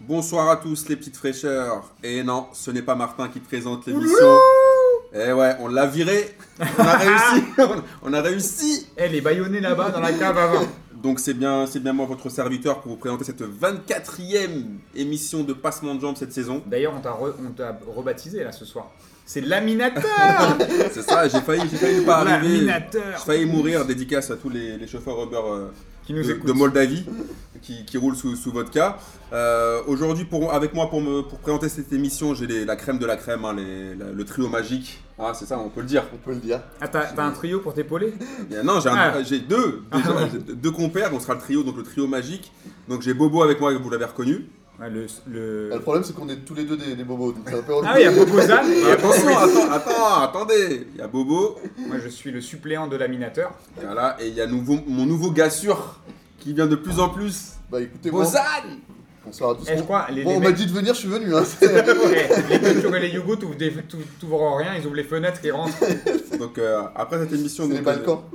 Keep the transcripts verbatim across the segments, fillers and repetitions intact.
Bonsoir à tous les petites fraîcheurs. Et non, ce n'est pas Martin qui présente l'émission. Eh ouais, on l'a viré. On a réussi. On a réussi. Elle est bâillonnée là-bas dans la cave à vin. Donc c'est bien, c'est bien moi votre serviteur pour vous présenter cette vingt-quatrième émission de Passement de Jambes cette saison. D'ailleurs, on t'a, re, on t'a rebaptisé là ce soir. C'est Laminateur. C'est ça, j'ai failli, j'ai failli ne pas arriver. Laminateur. J'ai failli mourir. Dédicace à tous les, les chauffeurs Uber euh, qui nous de, écoutent. de Moldavie qui, qui roulent sous, sous vodka. Euh, aujourd'hui, pour, avec moi pour, me, pour présenter cette émission, j'ai les, la crème de la crème, hein, les, la, le trio magique. Ah, c'est ça, on peut le dire. On peut le dire. Ah, t'as, t'as un trio pour t'épauler? Non, j'ai, un, Ah. j'ai deux, déjà, j'ai deux compères, on sera le trio, donc le trio magique. Donc j'ai Bobo avec moi, vous l'avez reconnu. Ouais, le, le... Ah, le problème, c'est qu'on est tous les deux des, des bobos. Donc c'est un peu relou. Ah oui, il y a Bobo Zan et il y a Attention, Bobo. attends, attends, attendez. Il y a Bobo, Moi, je suis le suppléant de Laminateur. voilà, et il y a nouveau, mon nouveau gars sûr qui vient de plus en plus. Bah écoutez, moi. Bozan. Bonsoir à tous. Eh, je crois, les, Bon, les on m'a mecs- dit de venir, je suis venu. Hein. Eh, les cultures et les Yougos, t'ouvrent, des, t'ouvrent- t'ouvrent rien, ils ouvrent les fenêtres, ils rentrent. Donc euh, après cette émission, C'est les donc, euh, Balkans.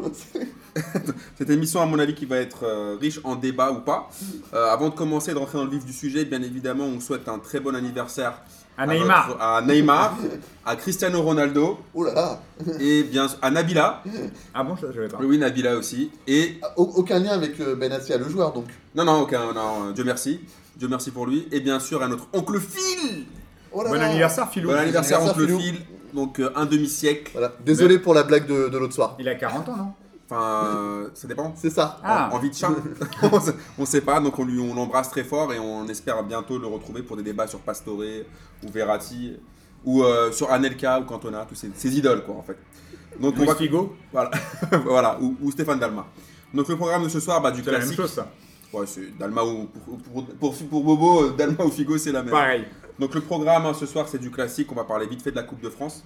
cette émission à mon avis qui va être euh, riche en débat ou pas. Euh, avant de commencer et de rentrer dans le vif du sujet, bien évidemment, on souhaite un très bon anniversaire À Neymar. notre- à Neymar, à Cristiano Ronaldo Oh là là. et bien à Nabila. Ah bon, je je savais pas. Oui, Nabila aussi. Et Ah, au- Aucun lien avec euh, Benassia, le joueur donc. non, non, aucun, non, Dieu merci, Dieu merci pour lui. Et bien sûr à notre oncle Phil. Oh là Bon là. anniversaire, Philou. Bon anniversaire oncle anniversaire, Phil. Donc euh, un demi-siècle. Voilà. Désolé pour la blague de, de l'autre soir. Il a quarante ans, non? Enfin, euh, ça dépend. C'est ça. Ah. En- Envie de chat. on sait- on sait pas, donc on lui on l'embrasse très fort et on espère bientôt le retrouver pour des débats sur Pastore ou Verratti ou euh, sur Anelka ou Cantona, tous ces, ces idoles quoi en fait. Donc on Luis va Figo. voilà, voilà ou, ou Stéphane Dalma. Donc le programme de ce soir, bah, du C'est la même classique. chose, ça. Ouais, c'est Dalma ou pour, pour, pour, pour Bobo, euh, Dalma ou Figo, c'est la même. Pareil. Donc le programme hein, ce soir, c'est du classique. On va parler vite fait de la Coupe de France,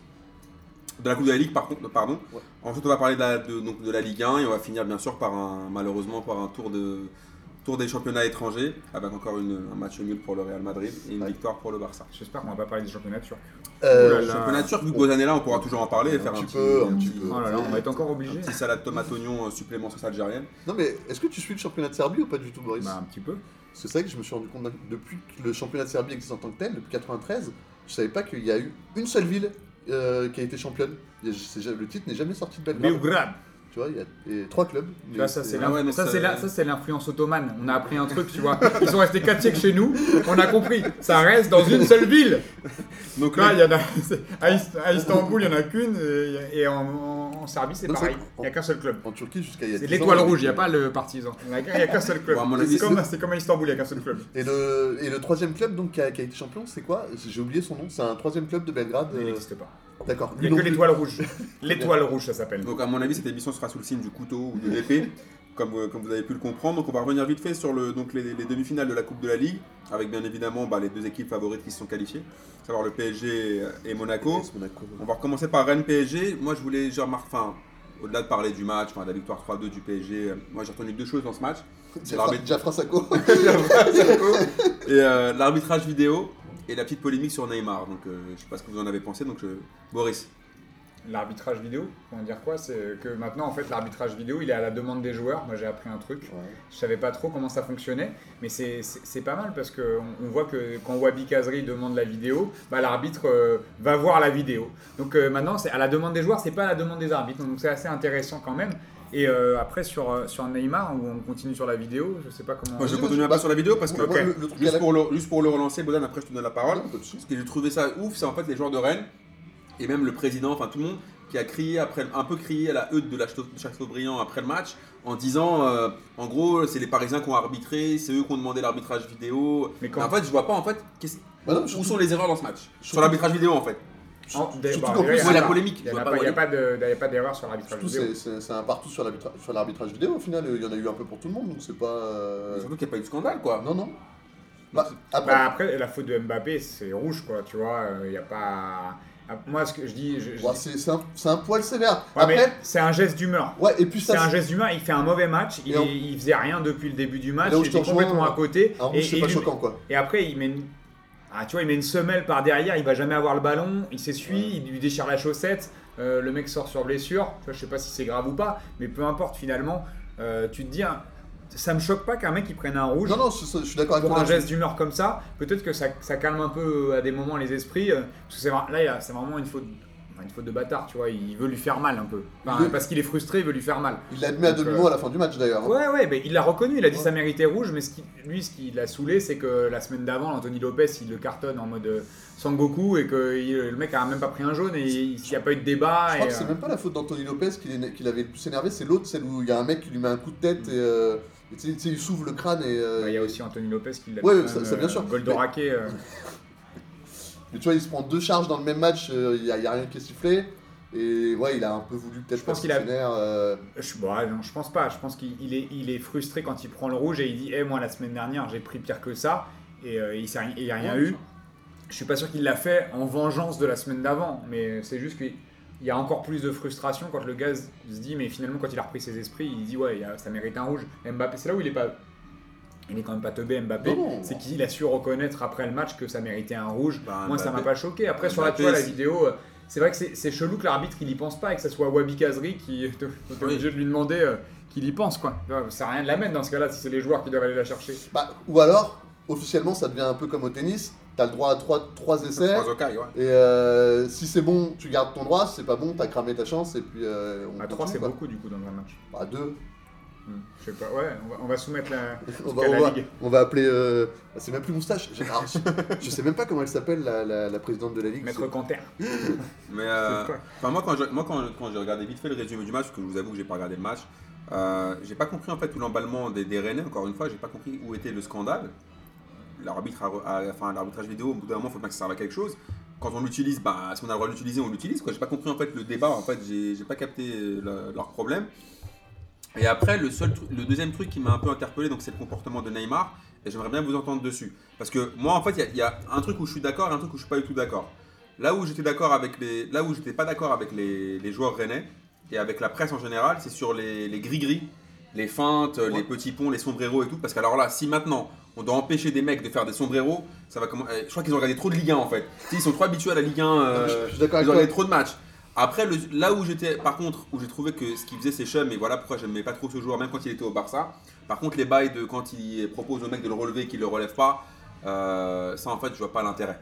de la Coupe de la Ligue, par contre, pardon. Ouais. Ensuite, on va parler de la, de, donc, de la Ligue un et on va finir bien sûr par un, malheureusement, par un tour de tour des championnats étrangers avec encore une, un match nul pour le Real Madrid et une Ouais. victoire pour le Barça. J'espère qu'on va pas parler des championnats turcs. Euh, Oh là Le là. championnat turc, vu que Bozan est là, on pourra toujours en parler et Un faire un petit petit, peu, un un petit petit- peu. Oh là là, on va être encore obligé. un petit salade tomate oignon euh, supplément sauce algérienne. Non mais est-ce que tu suis le championnat de Serbie ou pas du tout, Boris? Bah, un petit peu. Parce que c'est vrai que je me suis rendu compte d'un- depuis que le championnat de Serbie existe en tant que tel, depuis quatre-vingt-treize, je savais pas qu'il y a eu une seule ville euh, qui a été championne. Il y a- c'est- Le titre n'est jamais sorti de Belgrade. Belgrade. Tu vois, il y a il y a trois clubs. Tu vois, ça, c'est, Ah l'inf- ouais, donc ça, ça- c'est la- ça, c'est l'influence ottomane. On a appris un truc, tu vois. Ils sont restés quatre siècles chez nous. On a compris. Ça reste dans une seule ville. Donc Là, le- il y en a, c'est- à, Ist- à Istanbul, il n'y en a qu'une. Et, et en, en- en Serbie, c'est Non, pareil. c'est- Il n'y a qu'un seul club. En Turquie, jusqu'à il y a C'est dix ans, l'étoile il y a- rouge, il n'y a pas le partisan. Il n'y a, qu'un- il y a qu'un seul club. Bon, à mon avis, c'est, comme, c'est comme à Istanbul, il n'y a qu'un seul club. Et le, et le troisième club donc, qui, a, qui a été champion, c'est quoi? J'ai oublié son nom. C'est un troisième club de Belgrade. Mais il euh, n'existe pas. D'accord. Il n'y a Lui que non plus. l'étoile rouge. L'étoile rouge, ça s'appelle. Donc à mon avis, cette émission sera sous le signe du couteau ou de l'épée, comme, euh, comme vous avez pu le comprendre. Donc on va revenir vite fait sur le, donc les, les demi-finales de la Coupe de la Ligue, avec bien évidemment bah, les deux équipes favorites qui se sont qualifiées, à savoir le P S G et Monaco. Yes, Monaco. On va recommencer par Rennes-P S G. Moi je voulais, genre, mar- enfin, au-delà de parler du match, enfin, de la victoire trois deux du P S G, euh, moi j'ai retenu deux choses dans ce match. C'est Diafra- l'arbitre- Diafra Sakho. et euh, l'arbitrage vidéo et la petite polémique sur Neymar. Donc euh, je sais pas ce que vous en avez pensé. Donc je... Boris. L'arbitrage vidéo, on va dire quoi? C'est que maintenant, en fait, l'arbitrage vidéo, il est à la demande des joueurs. Moi, j'ai appris un truc. Ouais. Je savais pas trop comment ça fonctionnait, mais c'est, c'est, c'est pas mal parce qu'on on voit que quand Wabi Kazri demande la vidéo, bah, l'arbitre euh, va voir la vidéo. Donc euh, maintenant, c'est à la demande des joueurs, c'est pas à la demande des arbitres. Donc c'est assez intéressant quand même. Et euh, après, sur, euh, sur Neymar, où on continue sur la vidéo, je sais pas comment. Moi je Vas-y, continue vas-y. un peu sur la vidéo parce que Ok. Moi, le, le truc à juste la- pour, le, juste pour le relancer, Bodan, après je te donne la parole. Non, pas de souci. Ce que j'ai trouvé ça ouf, c'est en fait les joueurs de Rennes et même le président, enfin tout le monde, qui a crié après, un peu crié à la hutte de la Chateau- Chateaubriand après le match, en disant, euh, en gros, c'est les Parisiens qui ont arbitré, c'est eux qui ont demandé l'arbitrage vidéo. Mais quand- Mais en fait, je vois pas en fait qu'est-ce- Bah non, où surtout- sont les erreurs dans ce match surtout- sur l'arbitrage vidéo en fait. En- des- surtout bah, qu'en il y plus, a c'est la pas- polémique, Il n'y je a, vois pas- pas il y a pas de- il y a pas d'erreur sur l'arbitrage Surtout, vidéo. c'est- c'est c'est un partout sur l'arbitra- sur l'arbitrage vidéo. Au final, il y en a eu un peu pour tout le monde, donc c'est pas. euh, Surtout qu'il n'y a pas eu de scandale quoi. Non, non. Bah, après, Bah, après, la faute de Mbappé, c'est rouge, quoi, tu vois. Il n'y a pas. Ah, Moi, ce que je dis. Je, je ouais, dis- c'est c'est un, c'est un poil sévère. Ouais, mais Après, c'est un geste d'humeur. ouais, et puis C'est ça. un geste d'humain, il fait un mauvais match, il, Et on- est- il faisait rien depuis le début du match, Et là où il je te était complètement rejoins, à côté. En et, rouge, c'est et pas lui- choquant, quoi. et après, il met une... Ah, tu vois, il met une semelle par derrière, il va jamais avoir le ballon, il s'essuie, Ouais. il lui déchire la chaussette, euh, le mec sort sur blessure. Tu vois, je sais pas si c'est grave ou pas, mais peu importe finalement, euh, tu te dis, hein, ça me choque pas qu'un mec il prenne un rouge. Non, non, je, je suis d'accord avec Pour toi. un geste d'humeur comme ça, peut-être que ça, ça calme un peu à des moments les esprits. Parce que c'est, là, il a- c'est vraiment une faute, enfin, une faute de bâtard, tu vois. Il veut lui faire mal un peu. Enfin, Oui. Parce qu'il est frustré, il veut lui faire mal. Il l'admet à Donc, demi-mot euh, à la fin du match d'ailleurs. hein. Ouais, ouais, mais il l'a reconnu, il a dit Ouais. ça méritait rouge, mais ce qui, lui, ce qui l'a saoulé, c'est que la semaine d'avant, Anthony Lopez, il le cartonne en mode euh, Sangoku et que il- le mec a même pas pris un jaune et il n'y a pas eu de débat. Je crois et, que c'est euh, même pas la faute d'Anthony Lopez qu'il est- qu'il avait le plus énervé, c'est l'autre, celle où il y a un mec qui lui met un coup de tête et, euh, et tu sais, tu sais, il s'ouvre le crâne et. euh, bah, il y a aussi Anthony Lopez qui l'a Ouais, quand ça- même, ça, bien euh, sûr. Goldoraqué. euh, Mais tu vois, il se prend deux charges dans le même match, euh, il n'y a, il y a rien qui est sifflé. Et ouais, il a un peu voulu peut-être Je pense passer qu'il a- vénère, euh, Je, bon, ouais, non, je pense pas. Je pense qu'il il est, il est frustré quand il prend le rouge et il dit Eh, moi, la semaine dernière, j'ai pris pire que ça et euh, il n'y a rien Ouais, eu. Je suis pas sûr qu'il l'a fait en vengeance de la semaine d'avant, mais c'est juste qu'il y a encore plus de frustration quand le gars se dit Mais finalement, quand il a repris ses esprits, il dit Ouais, il y a- ça mérite un rouge. Mbappé, c'est là où il est pas. Il est quand même pas teubé, Mbappé. Non, non. C'est qu'il a su reconnaître après le match que ça méritait un rouge. Bah, Moi, ça m'a Mbappé- pas choqué. Après, sur la, Mbappé, tu vois, la c'est- vidéo, euh, c'est vrai que c'est c'est chelou que l'arbitre il y pense pas et que ce soit Wabi Kazri qui est Oui. obligé de lui demander euh, qu'il y pense. Quoi. Ça sert à rien de la mettre dans ce cas-là si c'est les joueurs qui doivent aller la chercher. bah, ou alors, officiellement, ça devient un peu comme au tennis, t'as le droit à trois, trois essais. Trois ocailles, ouais. Et euh, si c'est bon, tu gardes ton droit. Si c'est pas bon, t'as cramé ta chance. Et puis euh, on À trois, continue, c'est quoi. beaucoup du coup dans un match. À deux. Hmm, Je sais pas, ouais, on va, on va soumettre la, On va, à on la va- Ligue. on va appeler. euh, bah, c'est même plus moustache. J'ai- alors, je, je sais même pas comment elle s'appelle, la, la- la présidente de la ligue. Maître Canter. Mais euh, C'est quoi enfin, moi, quand je- moi quand, quand j'ai regardé vite fait le résumé du match, parce que je vous avoue que j'ai pas regardé le match, euh, j'ai pas compris en fait tout l'emballement des, des Rennais. Encore une fois, j'ai pas compris où était le scandale. L'arbitre, a- a- enfin l'arbitrage vidéo, au bout d'un moment, faut bien que ça serve à quelque chose. Quand on l'utilise, bah, si on a le droit de l'utiliser, on l'utilise. Quoi, j'ai pas compris en fait le débat. En fait, j'ai, j'ai pas capté le- leur problème. Et après, le seul, tru- le deuxième truc qui m'a un peu interpellé, donc c'est le comportement de Neymar. Et j'aimerais bien vous entendre dessus. Parce que moi, en fait, il y a- il y, a un truc où je suis d'accord et un truc où je suis pas du tout d'accord. Là où j'étais d'accord avec les, là où j'étais pas d'accord avec les, les joueurs rennais et avec la presse en général, c'est sur les, les gris-gris, les feintes, les Ouais. petits ponts, les sombreros et tout. Parce que alors là, si maintenant on doit empêcher des mecs de faire des sombreros, ça va comment Je crois qu'ils ont regardé trop de Ligue un en fait. Tu sais, ils sont trop habitués à la Ligue un. euh, Non, mais je- je suis d'accord ils avec ont toi. regardé trop de matchs. Après, le- là où j'étais, par contre, où j'ai trouvé que ce qu'il faisait c'est chum, et voilà pourquoi j'aimais pas trop ce joueur, même quand il était au Barça. Par contre, les bails de quand il propose au mec de le relever et qu'il le relève pas, euh, ça en fait, je vois pas l'intérêt.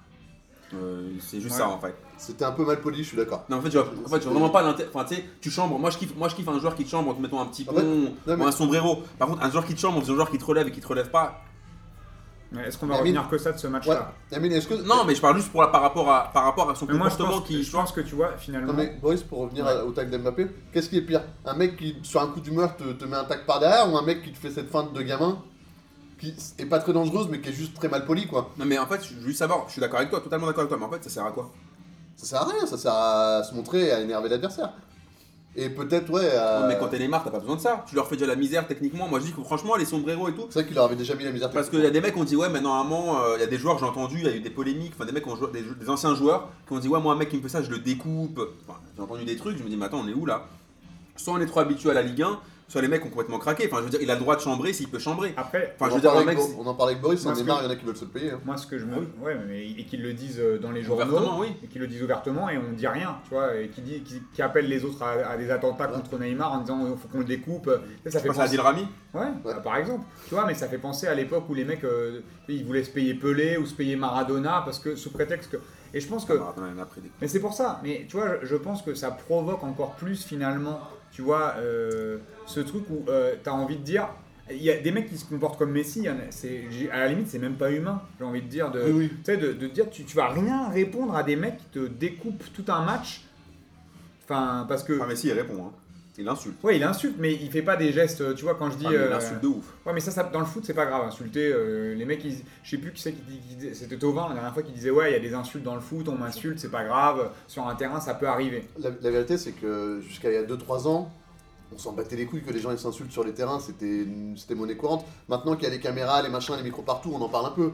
Euh, c'est juste Ouais. ça en fait. C'était un peu mal poli, je suis d'accord. Non, en fait, je vois, en fait, je vois vraiment pas l'intérêt. Enfin, tu sais, tu chambres. Moi, je kiffe, moi, je kiffe un joueur qui te chambre en te mettant un petit En pont fait, non, mais- ou un sombrero. Par contre, un joueur qui te chambre en faisant un joueur qui te relève et qui te relève pas. Mais Est-ce qu'on va Amine- retenir que ça de ce Ouais. match-là Amine, est-ce que. Non, mais je parle juste pour la- par rapport à, par rapport à son Mais moi, je comportement pense, qui. je pense que tu vois, finalement. Non mais Boris, pour revenir Ouais. à- au tag d'Mbappé, qu'est-ce qui est pire? Un mec qui, sur un coup d'humeur, te, te met un tag par derrière ou un mec qui te fait cette feinte de gamin qui est pas très dangereuse mais qui est juste très mal poli quoi? Non, mais en fait, je veux juste savoir. Je suis d'accord avec toi, totalement d'accord avec toi. Mais en fait, ça sert à quoi? Ça sert à rien, ça sert à se montrer et à énerver l'adversaire. Et peut-être, ouais. à- Ouais, mais quand t'es Neymar, t'as pas besoin de ça. Tu leur fais déjà la misère techniquement. Moi, je dis que franchement, les sombreros et tout. C'est vrai qu'il leur avait déjà mis la misère. Parce qu'il y a des mecs qui ont dit, ouais, mais normalement, euh, il y a des joueurs, j'ai entendu, il y a eu des polémiques, enfin des mecs, qui ont joué- des, des anciens joueurs qui ont dit, ouais, moi, un mec qui me fait ça, je le découpe. Enfin, j'ai entendu des trucs, je me dis, mais attends, on est où là? Soit on est trop habitué à la Ligue un, soit les mecs ont complètement craqué. Enfin, je veux dire, il a le droit de chambrer s'il peut chambrer. Après, Enfin, on, je en veux dire, un parlait mec. avec Bo- on en parlait avec Boris, Moi, en ce Neymar, que- il y en a qui veulent se le payer. hein. moi, ce que je me. Ouais, mais et qu'ils le disent euh, dans les journaux. Ouvertement, oui. Et qu'ils le disent ouvertement et on dit rien, tu vois. Et qui, dit, qui, qui appellent les autres à, à des attentats Ouais. contre Neymar en disant il faut qu'on le découpe. Ça, ça Je fait pense à penser- Adil Rami. Ouais, Ouais. euh, par exemple. Tu vois, mais ça fait penser à l'époque où les mecs, euh, ils voulaient se payer Pelé ou se payer Maradona parce que sous prétexte que. Et je pense que. Ah, attends, il y en a après des coups. Mais c'est pour ça. Mais tu vois, je, je pense que ça provoque encore plus finalement, tu vois, euh, ce truc où euh, t'as envie de dire. Il y a des mecs qui se comportent comme Messi, il y en a- c'est, j'ai- à la limite, c'est même pas humain, j'ai envie de dire. De, Oui, oui. Tu sais, de, de dire, tu, tu vas rien répondre à des mecs qui te découpent tout un match. Enfin, parce que. Ah, mais si, il répond. Hein. Il insulte. Ouais, il insulte, mais il fait pas des gestes, tu vois, quand je dis. Ah, mais il euh, insulte de ouf. Ouais, mais ça, ça, dans le foot, c'est pas grave. Insulter, euh, les mecs, ils, je sais plus qui c'est qui, dit- qui disait, c'était Thauvin la dernière fois qui disait ouais, il y a des insultes dans le foot, on m'insulte, c'est pas grave. Sur un terrain, ça peut arriver. La, la vérité, c'est que jusqu'à il y a deux trois ans, on s'en battait les couilles que les gens ils s'insultent sur les terrains, c'était c'était monnaie courante. Maintenant qu'il y a les caméras, les machins, les micros partout, on en parle un peu.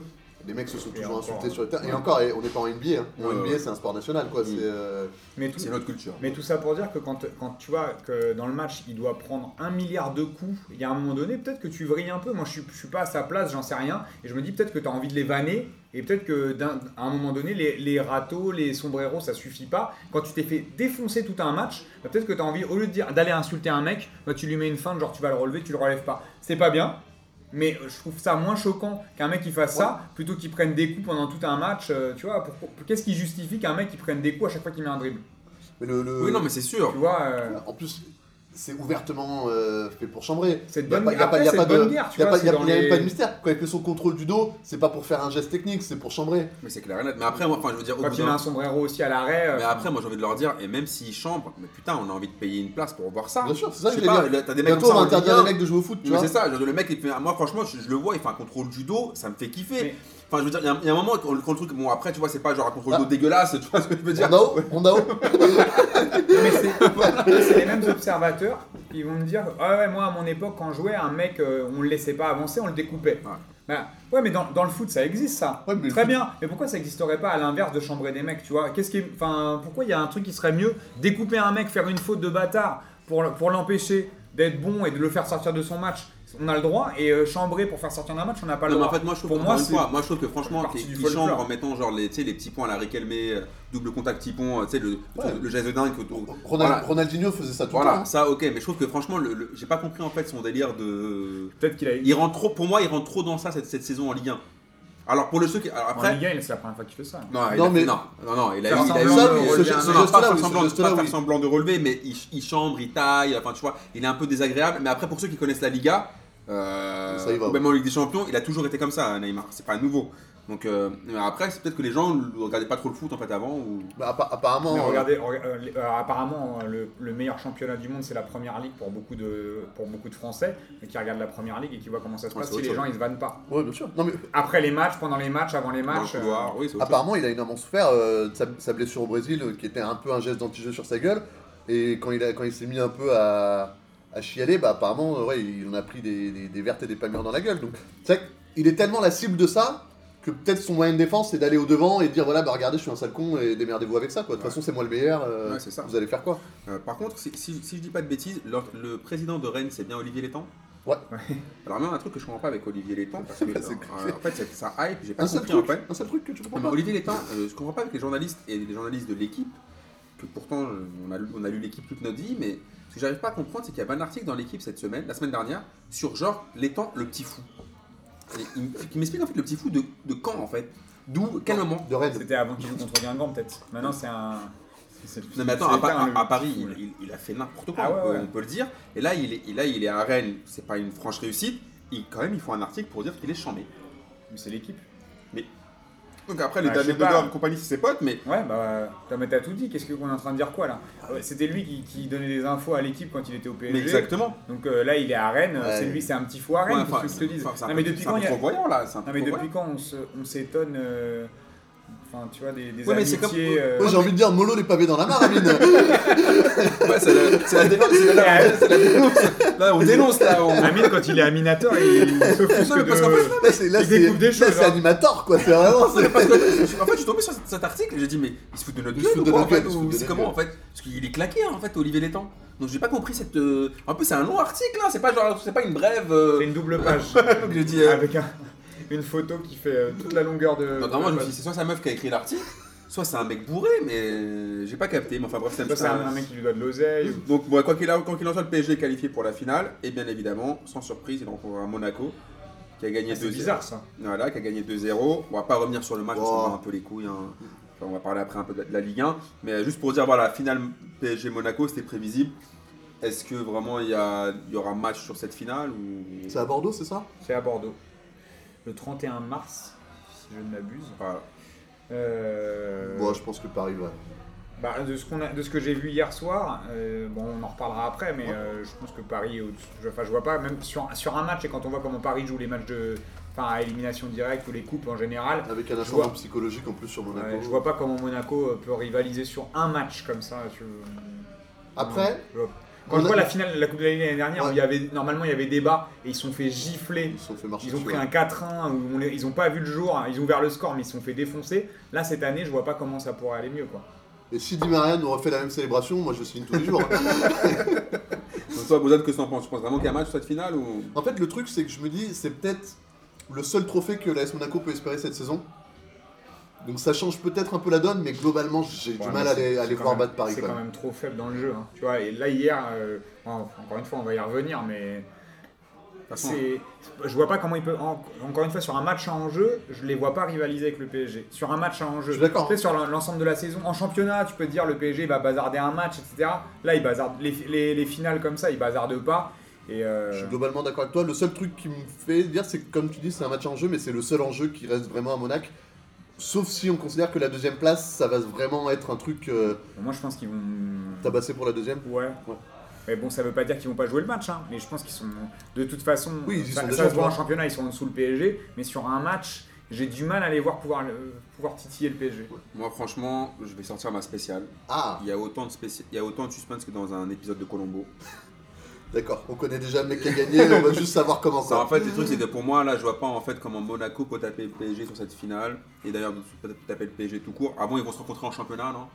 les mecs se sont Et toujours encore, insultés sur le terrain. Et ouais. encore, et on n'est pas en N B A. Hein. En Ouais, N B A, ouais. c'est un sport national, quoi. Mm. C'est, euh, Mais tout, C'est notre culture. mais tout ça pour dire que quand, quand tu vois que dans le match, il doit prendre un milliard de coups, il y a un moment donné, peut-être que tu vrilles un peu. Moi, je suis, je suis pas à sa place, j'en sais rien. Et je me dis peut-être que tu as envie de les vanner. Et peut-être qu'à un moment donné, les, les râteaux, les sombreros, ça suffit pas. Quand tu t'es fait défoncer tout un match, bah, peut-être que tu as envie, au lieu de dire d'aller insulter un mec, bah, tu lui mets une feinte, genre tu vas le relever, tu le relèves pas. C'est pas bien. Mais je trouve ça moins choquant qu'un mec qui fasse Ouais. ça, plutôt qu'il prenne des coups pendant tout un match. euh, Tu vois, pour- pour- qu'est-ce qui justifie qu'un mec qui prenne des coups à chaque fois qu'il met un dribble? mais le, le- Oui, non, mais c'est sûr. Tu vois, euh, En plus, c'est ouvertement euh, fait pour chambrer. c'est de Il n'y a, bonne pas- y a après, pas- y a c'est pas de bonne de guerre, tu y a vois. pas- y a- c'est dans y a même les- pas de mystère. Quand il fait son contrôle du dos, c'est pas pour faire un geste technique, c'est pour chambrer. Mais c'est clair et net. Mais après, moi, enfin, je veux dire, au Quand bout il met d'un- un sombrero aussi à l'arrêt. euh, Mais après, moi j'ai envie de leur dire, et même s'ils chambrent, mais putain, on a envie de payer une place pour voir ça. Bien sûr, c'est ça Je que sais je pas, veux dire. là, t'as des mecs Bientôt, comme on ça va en interdire Ligue les un. mecs de jouer au foot, tu Mais vois. c'est ça, genre, le mec il fait. Moi franchement, je, je le vois, il fait un contrôle du dos, ça me fait kiffer. Mais- Enfin, je veux dire, il y, a un- il y a un moment quand, quand le truc. Bon, après, tu vois, c'est pas genre un contrôle Ah. du dos dégueulasse, tu vois ce que je veux dire. On a haut, on a haut. mais c'est c'est les mêmes observateurs qui vont me dire ah ouais, moi à mon époque, quand je jouais, un mec, euh, on le laissait pas avancer, on le découpait. Ouais. Ben, ouais, mais dans, dans le foot, ça existe ça. Ouais, mais Très le- bien. Mais pourquoi ça n'existerait pas à l'inverse de chambrer des mecs, tu vois? Qu'est-ce qui est- enfin, pourquoi il y a un truc qui serait mieux? Découper un mec, faire une faute de bâtard pour, le- pour l'empêcher d'être bon et de le faire sortir de son match. On a le droit. Et euh, chambrer pour faire sortir d'un match, on n'a pas le Non, mais en droit. fait, moi je trouve, Pour encore moi, une c'est- fois, moi, je trouve que franchement, partie qu'ils du qu'ils folklore. chambrent en mettant genre les, tu sais, les petits points à la Riquelme, euh, double contact petit pont, euh, tu sais, le, Ouais. le geste de dingue. que- Ronald- Voilà. Ronaldinho faisait ça tout Voilà, le temps. ça ok, mais je trouve que franchement, le, le- j'ai pas compris en fait son délire de. Peut-être qu'il a Il rentre trop, pour moi, il rentre trop dans ça cette, cette saison en Ligue un. Alors pour le ceux qui. Alors En après. Ligue un, c'est la première fois qu'il fait ça. Non, il Non, a mais- fait- non, non, non, il a Faire eu, il a eu, semblant Ça, de oui, relever ce- un- ce non, geste-là, non, pas oui, faire ce semblant, geste-là, pas faire oui. semblant de relever, mais il, il chambre, il taille, enfin tu vois, il est un peu désagréable. Mais après, pour ceux qui connaissent la Liga, euh, Ça y va, ou même en Ligue des Champions, il a toujours été comme ça, Neymar. C'est pas nouveau. Donc euh, mais après, c'est peut-être que les gens ne regardaient pas trop le foot en fait avant. Ou... Bah, appa- apparemment, Mais euh, regardez, rega- euh, les- euh, apparemment, euh, le, le meilleur championnat du monde, c'est la première ligue pour beaucoup de, pour beaucoup de Français mais qui regardent la première ligue et qui voient comment ça se Ouais, passe c'est si les autre gens chose. ils se vannent pas. ouais, bien sûr. Non, mais Après les matchs, pendant les matchs, avant les Dans le matchs. couloir, euh, oui, c'est autre chose. apparemment, il a énormément souffert euh, de sa, sa blessure au Brésil, euh, qui était un peu un geste d'anti-jeu sur sa gueule. Et quand il, a, quand il s'est mis un peu à, à chialer, bah, apparemment, euh, ouais, il en a pris des, des, des vertes et des pas mûres dans la gueule. Donc, c'est vrai qu'il est tellement la cible de ça que peut-être son moyen de défense, c'est d'aller au devant et de dire voilà, bah regardez, je suis un sale con et démerdez-vous avec ça. Quoi. De toute Ouais. façon, c'est moi le meilleur. euh, Ouais, c'est ça. vous allez faire quoi? Euh, par contre, si, si, si je dis pas de bêtises, le, le président de Rennes, c'est bien Olivier Létang. Ouais. Alors même un truc que je comprends pas avec Olivier Létang, parce que Bah, euh, c'est euh, en fait c'est- ça hype, j'ai pas Un seul, compris en truc, fait. un seul truc que tu comprends Non, mais pas. Olivier Létang, euh, je comprends pas avec les journalistes et les journalistes de l'équipe, que pourtant euh, on a, lu- on a lu l'équipe toute notre vie, mais ce que j'arrive pas à comprendre, c'est qu'il y a un article dans l'équipe cette semaine, la semaine dernière, sur genre Létang le petit fou. Et il, il m'explique en fait le petit fou de, de quand en fait. D'où, quel moment. De Rennes. C'était avant qu'il joue contre Guingamp peut-être. Maintenant c'est un. c'est- c'est- Non mais attends, à, c'est Pa- un- à- à le- Paris, il, il- il a fait n'importe quoi, Ah ouais, on, peut, ouais. on peut le dire. Et là, il est, et là, il est à Rennes, c'est pas une franche réussite. Il, quand même, il faut un article pour dire qu'il est chambé. Mais c'est l'équipe. Donc après, les Bah, je David sais pas. Dodor et compagnie, c'est ses potes, mais Ouais, bah, t'as mais t'as tout dit. Qu'est-ce qu'on est en train de dire quoi là? Ouais, C'était lui qui, qui donnait des infos à l'équipe quand il était au P S G. Mais exactement. Donc euh, là, il est à Rennes. Ouais. C'est lui, c'est un petit fou à Rennes. Ouais, qu'est-ce que je te c'est- dise enfin, c'est un Non peu- mais depuis c'est un quand peu il y a- trop voyant là, c'est un peu Non mais trop depuis voyant. quand on se- on s'étonne, euh, enfin tu vois, des, des Ouais, mais c'est amitiés. comme- euh, Moi, j'ai envie de dire mollo les pavés dans la mare, Amine. Ouais, c'est la, c'est la dénonce, c'est la, c'est la dénonce. Là, on dénonce là. On... Amine, quand il est animateur, il, il s'offusque Non, mais parce qu'en de. Là, c'est là, Il c'est découvre des là, choses, c'est hein. animator, quoi. C'est vraiment. c'est- Parce que, je- en fait, je suis tombé sur cet, cet article et j'ai dit, mais il se fout de notre Il se gueule fout ou de quoi en notre fait gueule, il se ou fout de c'est notre comment en fait Parce qu'il est claqué en fait, Olivier Létang. Donc j'ai pas compris cette. euh, En plus, c'est un long article là, c'est pas genre, c'est pas une brève. euh, C'est une double page Donc j'ai dit. euh, avec un- une photo qui fait euh, toute la longueur de. Donc, de normalement, je la me page. suis dit, c'est soit sa meuf qui a écrit l'article, soit c'est un mec bourré, mais j'ai pas capté. Mais enfin bref, c'est Soit c'est un, un mec qui lui doit de l'oseille. ou- Donc bon, quoi qu'il a- quoi qu'il en soit, le P S G est qualifié pour la finale, et bien évidemment, sans surprise, il rencontre un Monaco qui a gagné Ah, c'est deux zéro. bizarre ça. Voilà, qui a gagné deux zéro. On va pas revenir sur le match, on Oh. s'en bat un peu les couilles. hein. Enfin, on va parler après un peu de la Ligue un. Mais juste pour dire, voilà, finale P S G Monaco, c'était prévisible. Est-ce que vraiment il y, a- il y aura match sur cette finale ou... C'est à Bordeaux, c'est ça? C'est à Bordeaux. Le trente et un mars, si je ne m'abuse. Voilà. Euh, Bon, je pense que Paris, ouais. bah, de, ce qu'on a- de ce que j'ai vu hier soir, euh, bon, on en reparlera après, mais Ouais. euh, je pense que Paris, est au-dessus. Je- enfin, je vois pas, même sur, sur un match, et quand on voit comment Paris joue les matchs de, enfin, à élimination directe ou les coupes en général, Avec un Je ascendant vois. psychologique en plus sur Monaco. ouais, je vois pas comment Monaco euh, peut rivaliser sur un match comme ça. tu- Après, je vois- Quand On je a- vois la finale de la Coupe de la Ligue l'année dernière, Ouais. où il y avait, normalement il y avait débat, et ils se sont fait gifler. Ils se sont fait marcher Ils ont dessus, pris ouais. un quatre un, où on les- ils n'ont pas vu le jour, hein, ils ont ouvert le score, mais ils se sont fait défoncer. Là, cette année, je vois pas comment ça pourrait aller mieux, quoi. Et si Di Maria nous refait la même célébration, moi je signe tous les jours. Donc toi, Bozan, que tu en penses? Tu penses vraiment qu'il y a un match sur cette finale ou... En fait, le truc, c'est que je me dis, c'est peut-être le seul trophée que l'A S Monaco peut espérer cette saison. Donc ça change peut-être un peu la donne, mais globalement, j'ai Ouais, du mais mal à c'est- les, à c'est les quand voir même- battre Paris. C'est Quand quand même. même trop faible dans le jeu, hein, tu vois. Et là, hier, euh, bon, encore une fois, on va y revenir, mais façon, c'est, je vois pas comment ils peuvent. en- Encore une fois, sur un match à enjeu, je les vois pas rivaliser avec le P S G. Sur un match à enjeu, Je suis d'accord. Tu sais, sur l'ensemble de la saison, en championnat, tu peux te dire le P S G va bazarder un match, et cetera. Là, ils bazardent les, les, les finales comme ça, ils bazardent pas. Et euh, Je suis globalement d'accord avec toi. Le seul truc qui me fait dire, c'est que comme tu dis, c'est un match en jeu, mais c'est le seul enjeu qui reste vraiment à Monaco. Sauf si on considère que la deuxième place, ça va vraiment être un truc euh, moi, je pense qu'ils vont. tabassé pour la deuxième. Ouais. Ouais. Mais bon, ça veut pas dire qu'ils vont pas jouer le match, hein. Mais je pense qu'ils sont. De toute façon, Oui, ils y ça, sont ça déjà, se voit en tu vois. championnat, ils sont en dessous le P S G. Mais sur un match, j'ai du mal à les voir pouvoir, le- pouvoir titiller le P S G. moi franchement, je vais sortir ma spéciale. Ah, Il y a autant de spéci... il y a autant de suspense que dans un épisode de Colombo. d'accord. On connaît déjà le mec qui a gagné, on va juste savoir comment Ça, en quoi. fait, le truc c'est que pour moi là, je vois pas en fait comment Monaco peut taper le P S G sur cette finale et d'ailleurs peut taper le P S G tout court. Avant, ils vont se rencontrer en championnat, non?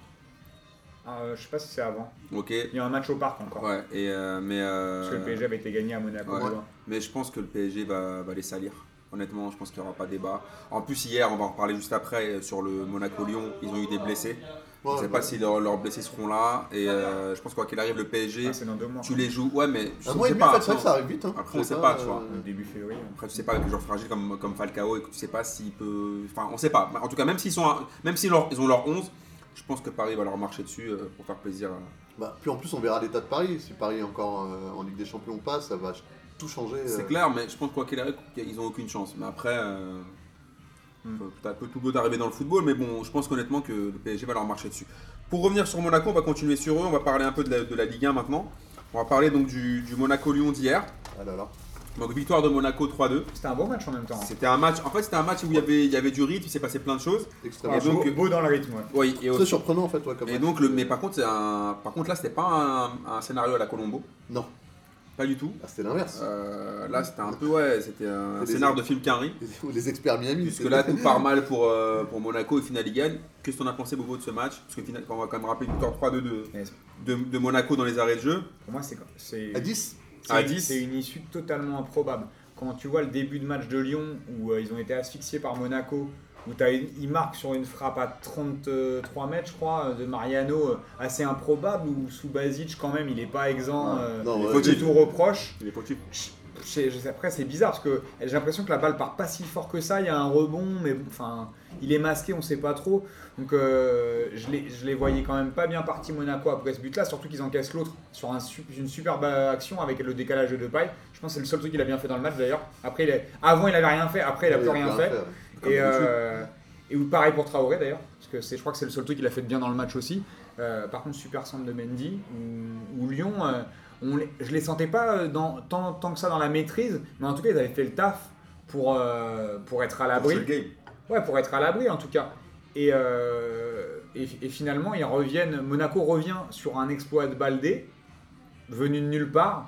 Euh, je sais pas si c'est avant. Ok. Il y a un match au parc encore. Ouais. Et euh, mais euh, Parce que le P S G avait été gagné à Monaco. ouais. tu vois. Mais je pense que le P S G va, va les salir. Honnêtement, je pense qu'il n'y aura pas de débat. En plus, hier, on va en reparler juste après, sur le Monaco-Lyon, ils ont eu des blessés. Je ne Ouais, sais ouais. pas si leurs leurs blessés seront là. Et euh, je pense quoi qu'il arrive, le P S G, Ah, c'est dans deux mois. tu les joues. Ouais, mais je Un sais mois et demi, pas. en fait, c'est vrai que après, ça arrive vite. Hein. après, on C'est sait pas, tu vois. Au début février. après, tu sais pas avec des joueurs fragiles comme, comme Falcao, et que tu sais pas s'il peut. Enfin, on sait pas. En tout cas, même s'ils sont, à- même s'ils leur- ils ont leur onze, je pense que Paris va leur marcher dessus euh, pour faire plaisir. à- Bah, puis en plus, on verra l'état de Paris. Si Paris est encore euh, en Ligue des Champions ou pas, ça va tout changer. C'est euh. clair, mais je pense quoi qu'il arrive, qu'ils ont aucune chance. Mais après, euh, Hmm. peut- peut- tout peut arriver dans le football, mais bon, je pense honnêtement que le P S G va leur marcher dessus. Pour revenir sur Monaco, on va continuer sur eux. On va parler un peu de la, de la Ligue un maintenant. On va parler donc du, du Monaco-Lyon d'hier. Ah là là. Donc victoire de Monaco trois deux. C'était un bon match en même temps. C'était un match. En fait, c'était un match où il y avait, il y avait du rythme, il s'est passé plein de choses. Extrêmement. Ah, Et donc- beau, beau dans le rythme. Ouais. Oui. Et, Très aussi- surprenant en fait, ouais, comme et match. donc, le, mais par contre, c'est un, par contre là, c'était pas un, un scénario à la Colombo. Non, Pas du tout. ah, c'était l'inverse. Euh, là, c'était un peu ouais, c'était un C'est des- scénario de film Quinry. Les, les experts Miami. Puisque c'est- là, tout part mal pour, euh, pour Monaco et final, ils gagnent. Qu'est-ce qu'on a pensé, Bobo, de ce match? Parce que final, on va quand même rappeler une victoire trois deux de, Mais de, de Monaco dans les arrêts de jeu. Pour moi, c'est c'est À dix c'est- à dix. c'est une issue totalement improbable. Quand tu vois le début de match de Lyon où euh, ils ont été asphyxiés par Monaco, où t'as une- ils marquent sur une frappe à trente-trois mètres, je crois, euh, de Mariano, euh, assez improbable, où sous Basic, quand même, il n'est pas exempt Ouais. euh, Non, il ouais, faut de dire. tout reproche. Il est fautif. Je sais- je sais- après, c'est bizarre parce que j'ai l'impression que la balle part pas si fort que ça. Il y a un rebond, mais bon, enfin, il est masqué, on sait pas trop. Donc, euh, je, les, je les voyais quand même pas bien partis Monaco après ce but-là, surtout qu'ils encaissent l'autre sur un su- une superbe action avec le décalage de Depay. Je pense que c'est le seul truc qu'il a bien fait dans le match d'ailleurs. Après, il est- avant, il avait rien fait, après, il a Ouais, plus rien fait. ouais. Comme Et, d'habitude. euh, et ou pareil pour Traoré d'ailleurs, parce que c'est, je crois que c'est le seul truc qu'il a fait de bien dans le match aussi. Euh, par contre, super centre de Mendy ou, ou Lyon, euh, on les, je les sentais pas dans, tant, tant que ça dans la maîtrise, mais en tout cas ils avaient fait le taf pour, euh, pour être à l'abri. C'est le game. Ouais, pour être à l'abri en tout cas. Et, euh, et, et finalement ils reviennent. Monaco revient sur un exploit de Baldé, venu de nulle part.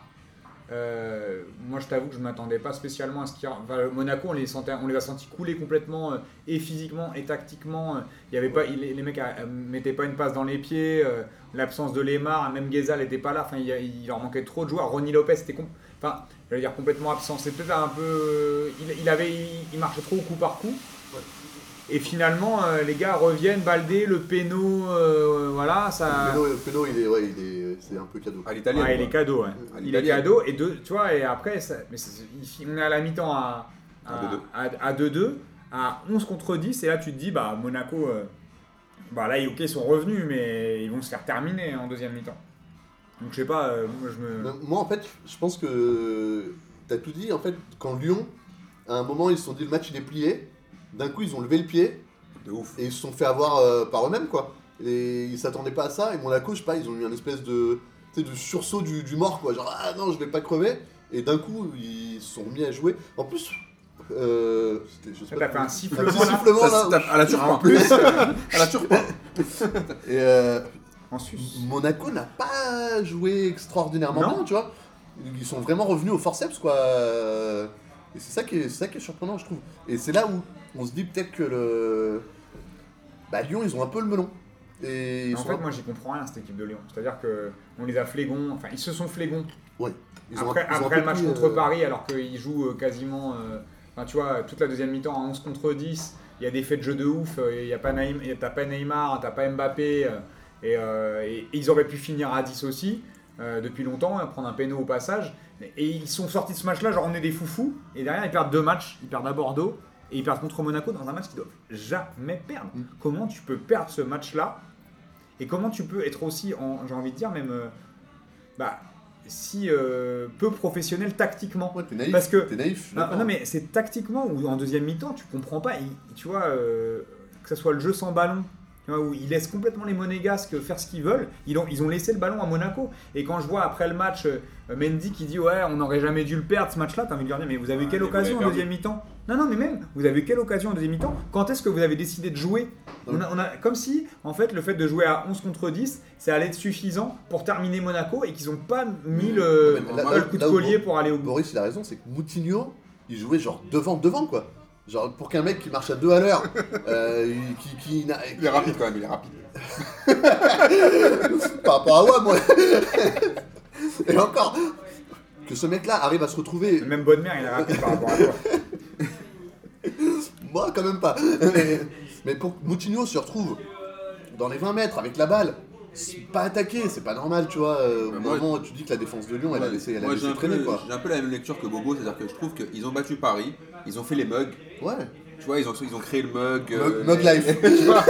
Euh, moi, je t'avoue que je ne m'attendais pas spécialement à ce qu'il y a. Enfin, Monaco, on les, sentait, on les a sentis couler complètement, euh, et physiquement, et tactiquement. euh, il y avait pas, il- les, les mecs ne mettaient pas une passe dans les pieds. euh, L'absence de Lemar, même Guézal n'était pas là. Enfin, il, y a- il leur manquait trop de joueurs. Ronny Lopez était com- enfin, je veux dire, complètement absent. C'est peut-être un peu. Il, il avait, il, il marchait trop au coup par coup. Et finalement, euh, les gars reviennent, Baldé, le péno, euh, voilà, ça. Peno, Peno, il est, ouais, il est, c'est un peu cadeau. À l'italienne. Ouais, il est quoi. cadeau, ouais. À Il est l'italienne. cadeau, et deux, tu vois, et après, ça, mais c'est- il fi- on est à la mi-temps à, à, À deux deux. à- à deux deux, à onze contre dix, et là tu te dis, bah Monaco, euh, bah là, ok, ils sont revenus, mais ils vont se faire terminer en deuxième mi-temps. Donc je sais pas, euh, moi je me. Ben, Moi, en fait, je pense que t'as tout dit. En fait, quand Lyon, à un moment, ils se sont dit le match il est plié. D'un coup, ils ont levé le pied De ouf. et ils se sont fait avoir euh, par eux-mêmes, quoi. Et ils s'attendaient pas à ça. Et Monaco, je sais pas, ils ont eu un espèce de, tu sais, de sursaut du, du mort, quoi. Genre, ah non, je vais pas crever. Et d'un coup, ils se sont mis à jouer. En plus, euh, c'était, je sais T'as pas. fait un Un sifflement petit là. sifflement Ça, là. c'est à la turque. En plus, À la turque. Et euh, en Suisse. Monaco n'a pas pas joué extraordinairement Non. bien, tu vois. Ils sont vraiment revenus au forceps, quoi. Et c'est ça qui est, c'est ça qui est surprenant, je trouve. Et c'est là où on se dit peut-être que le... Bah, Lyon, ils ont un peu le melon. Et ils En sont fait, un- moi, j'y comprends rien, cette équipe de Lyon. C'est-à-dire qu'on les a flégons, enfin, ils se sont flégons Ouais. Ils ont un- après, ils ont un après peu le match pris, contre euh, Paris, alors qu'ils jouent euh, quasiment, euh, enfin, tu vois, toute la deuxième mi-temps à onze contre dix. Il y a des faits de jeu de ouf, euh, il y a pas Neym- il y a- t'as pas Neymar, t'as pas Mbappé, euh, et, euh, et- et ils auraient pu finir à dix aussi, euh, depuis longtemps, hein, prendre un péno au passage. Et ils sont sortis de ce match-là, genre on est des foufous, et derrière ils perdent deux matchs, ils perdent à Bordeaux, et ils perdent contre Monaco dans un match qu'ils doivent jamais perdre. Mm. Comment tu peux perdre ce match-là, et comment tu peux être aussi, en- j'ai envie de dire, même, euh, bah, si euh, peu professionnel tactiquement. Ouais, t'es naïf. Parce que- T'es naïf. je suis Non, d'accord. non, mais c'est tactiquement ou en deuxième mi-temps, tu comprends pas. il- tu vois, euh, que ce soit le jeu sans ballon, tu vois, où ils laissent complètement les Monégasques faire ce qu'ils veulent. Ils ont, ils ont laissé le ballon à Monaco. Et quand je vois après le match euh, Mendy qui dit ouais, on n'aurait jamais dû le perdre ce match-là, t'as envie de lui dire mais vous avez eu Ouais, quelle mais vous occasion en l'avez deuxième mi-temps? Non, non, mais même, vous avez eu quelle occasion en deuxième mi-temps? Quand est-ce que vous avez décidé de jouer? on a, on a, Comme si, en fait, le fait de jouer à onze contre dix, c'est allé être suffisant pour terminer Monaco et qu'ils n'ont pas mis le, Non, mais là- le là- coup de là où collier Bo- pour aller au bout. Boris, il a raison, c'est que Moutinho, il jouait genre devant, devant, quoi. Genre, pour qu'un mec qui marche à deux à l'heure, euh, qui, qui n'a- Il est rapide quand même, il est rapide. par rapport à moi, moi. Et encore, que ce mec-là arrive à se retrouver, Même bonne mère, il est rapide par rapport à toi. moi quand même pas. Mais, mais pour que Moutinho se retrouve dans les vingt mètres avec la balle, c'est pas attaqué, c'est pas normal, tu vois. Euh, Bah, au moi- moment où tu dis que la défense de Lyon, elle a laissé, elle a Moi, j'ai laissé un, peu, traîner, quoi. j'ai un peu la même lecture que Bobo, c'est-à-dire que je trouve qu'ils ont battu Paris, ils ont fait les mugs, Ouais. tu vois, ils ont, ils ont créé le mug. Mug- Mug les- life. tu vois,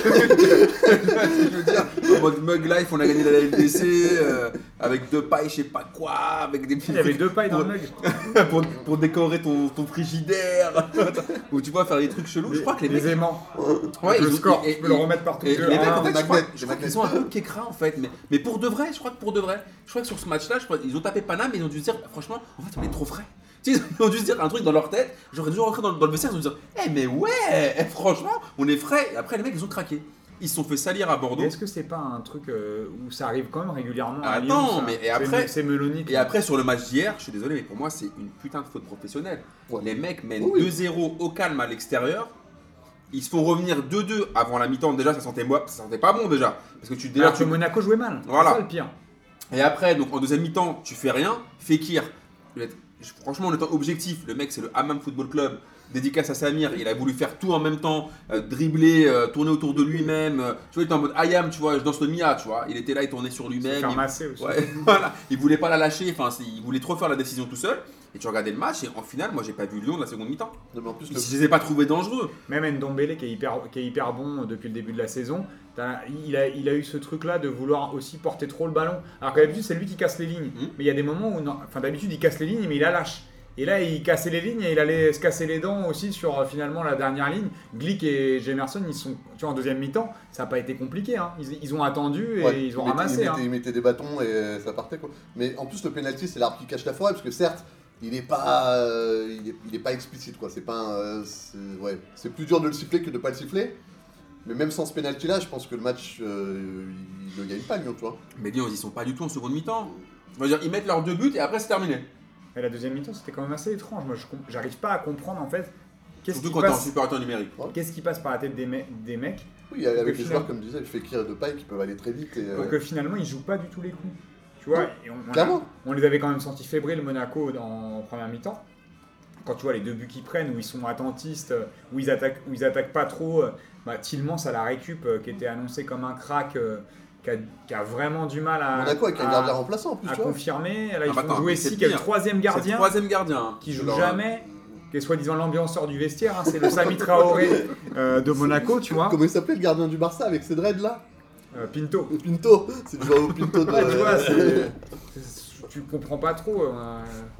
je veux dire, en mode mug life, on a gagné la L D C euh, avec deux pailles, je sais pas quoi, avec des petits Il y avait trucs deux pailles dans le mug. pour, pour décorer ton, ton frigidaire, ou tu vois, faire des trucs chelous. Je crois que les mecs. Les aimants. Ouais, le ils ont- score, et- tu peux le et- remettre partout. Et Que- les mecs, ah, en fait, je magnets, crois, des je crois magnets. qu'ils ont un peu kékra en fait, mais, mais pour de vrai, je crois que pour de vrai, je crois que sur ce match-là, je crois qu'ils ont tapé Paname et ils ont dû se dire, franchement, en fait, on est trop frais. Tu sais, ils ont dû se dire un truc dans leur tête, j'aurais dû rentrer dans, dans le vestiaire, ils ont dû se dire, eh mais ouais, eh, franchement, on est frais. Et après, les mecs, ils ont craqué. Ils se sont fait salir à Bordeaux. Mais est-ce que c'est pas un truc euh, où ça arrive quand même régulièrement à Attends, Lyon, ça mais et C'est- après- C'est melonique. Et après, sur le match d'hier, je suis désolé, mais pour moi, c'est une putain de faute professionnelle. Ouais. Les mecs mènent Oui, oui. deux zéro au calme à l'extérieur. Ils se font revenir deux deux avant la mi-temps. Déjà, ça sentait, moi, ça sentait pas bon déjà. Parce que tu, déjà, Alors tu, que Monaco jouait mal. Voilà. C'est ça le pire. Et après, donc en deuxième mi-temps, tu fais rien. Fekir, je vais être- franchement, en étant objectif, le mec, c'est le Hammam Football Club. Dédicace à Samir, il a voulu faire tout en même temps, euh, dribbler, euh, tourner autour de lui-même. euh, tu vois, il était en mode Ayam, tu vois, je danse le Mia, tu vois. Il était là, il tournait sur Se lui-même. faire il- masser aussi. Ouais, voilà. Il voulait pas la lâcher, enfin, c'est- il voulait trop faire la décision tout seul. Et tu regardais le match, et en finale, moi, j'ai pas vu Lyon de la seconde mi-temps. Non, mais en plus, Je le- les ai pas trouvés dangereux. Même Ndombele qui est hyper, qui est hyper bon depuis le début de la saison, t'as- il a, il a eu ce truc-là de vouloir aussi porter trop le ballon. Alors que d'habitude, c'est lui qui casse les lignes. Mhm. Mais il y a des moments où, non- enfin d'habitude, il casse les lignes, mais il la lâche. Et là, il cassait les lignes et il allait se casser les dents aussi sur euh, finalement la dernière ligne. Glick et Jemerson, ils sont, tu vois, en deuxième mi-temps, ça n'a pas été compliqué. Hein. Ils, ils ont attendu et Ouais, ils ont il mettait- ramassé. Il hein. mettait, il mettait des bâtons et ça partait, quoi. Mais en plus, le penalty, c'est l'arbre qui cache la forêt, parce que certes, il est pas, euh, il est, il est pas explicite, quoi. C'est pas, un, euh, c'est, ouais, c'est plus dur de le siffler que de pas le siffler. Mais même sans ce penalty-là, je pense que le match, euh, il ne gagne pas, Lyon, tu vois. Mais Lyon, ils y sont pas du tout en seconde mi-temps. Je veux dire, ils mettent leurs deux buts et après, c'est terminé. Et la deuxième mi-temps, c'était quand même assez étrange. Moi, je com- j'arrive pas à comprendre en fait qu'est-ce Surtout qui, quand t'es en passe, supériorité numérique. qu'est-ce qui passe par la tête des, me- des mecs Oui, avec Au des final- joueurs, comme je disais, Fekir et Depay qui peuvent aller très vite. Et, pour euh, que finalement ils jouent pas du tout les coups. Tu vois, Ouais, et on, on, clairement. on les avait quand même sentis fébriles Monaco dans, en première mi-temps. Quand tu vois les deux buts qu'ils prennent, où ils sont attentistes, où ils attaquent, où ils attaquent pas trop, euh, bah, Tillmans à la récup, euh, qui était annoncé comme un crack, euh, qui, a, qui a vraiment du mal à, Monaco avec un à- gardien remplaçant en plus, à tu vois. confirmer. Là, ils Ah bah font attends, jouer mais c'est Si, qui est le pire. troisième C'est le gardien, troisième gardien. qui joue Alors, jamais, qui est soi-disant l'ambianceur du vestiaire. Hein, c'est le Sami Traoré euh, de Monaco, tu vois. Comment il s'appelait le gardien du Barça avec ses dreads là Euh, Pinto. Pinto. C'est le joueur au Pinto de. Ouais, tu vois, c'est, c'est- tu comprends pas trop. euh,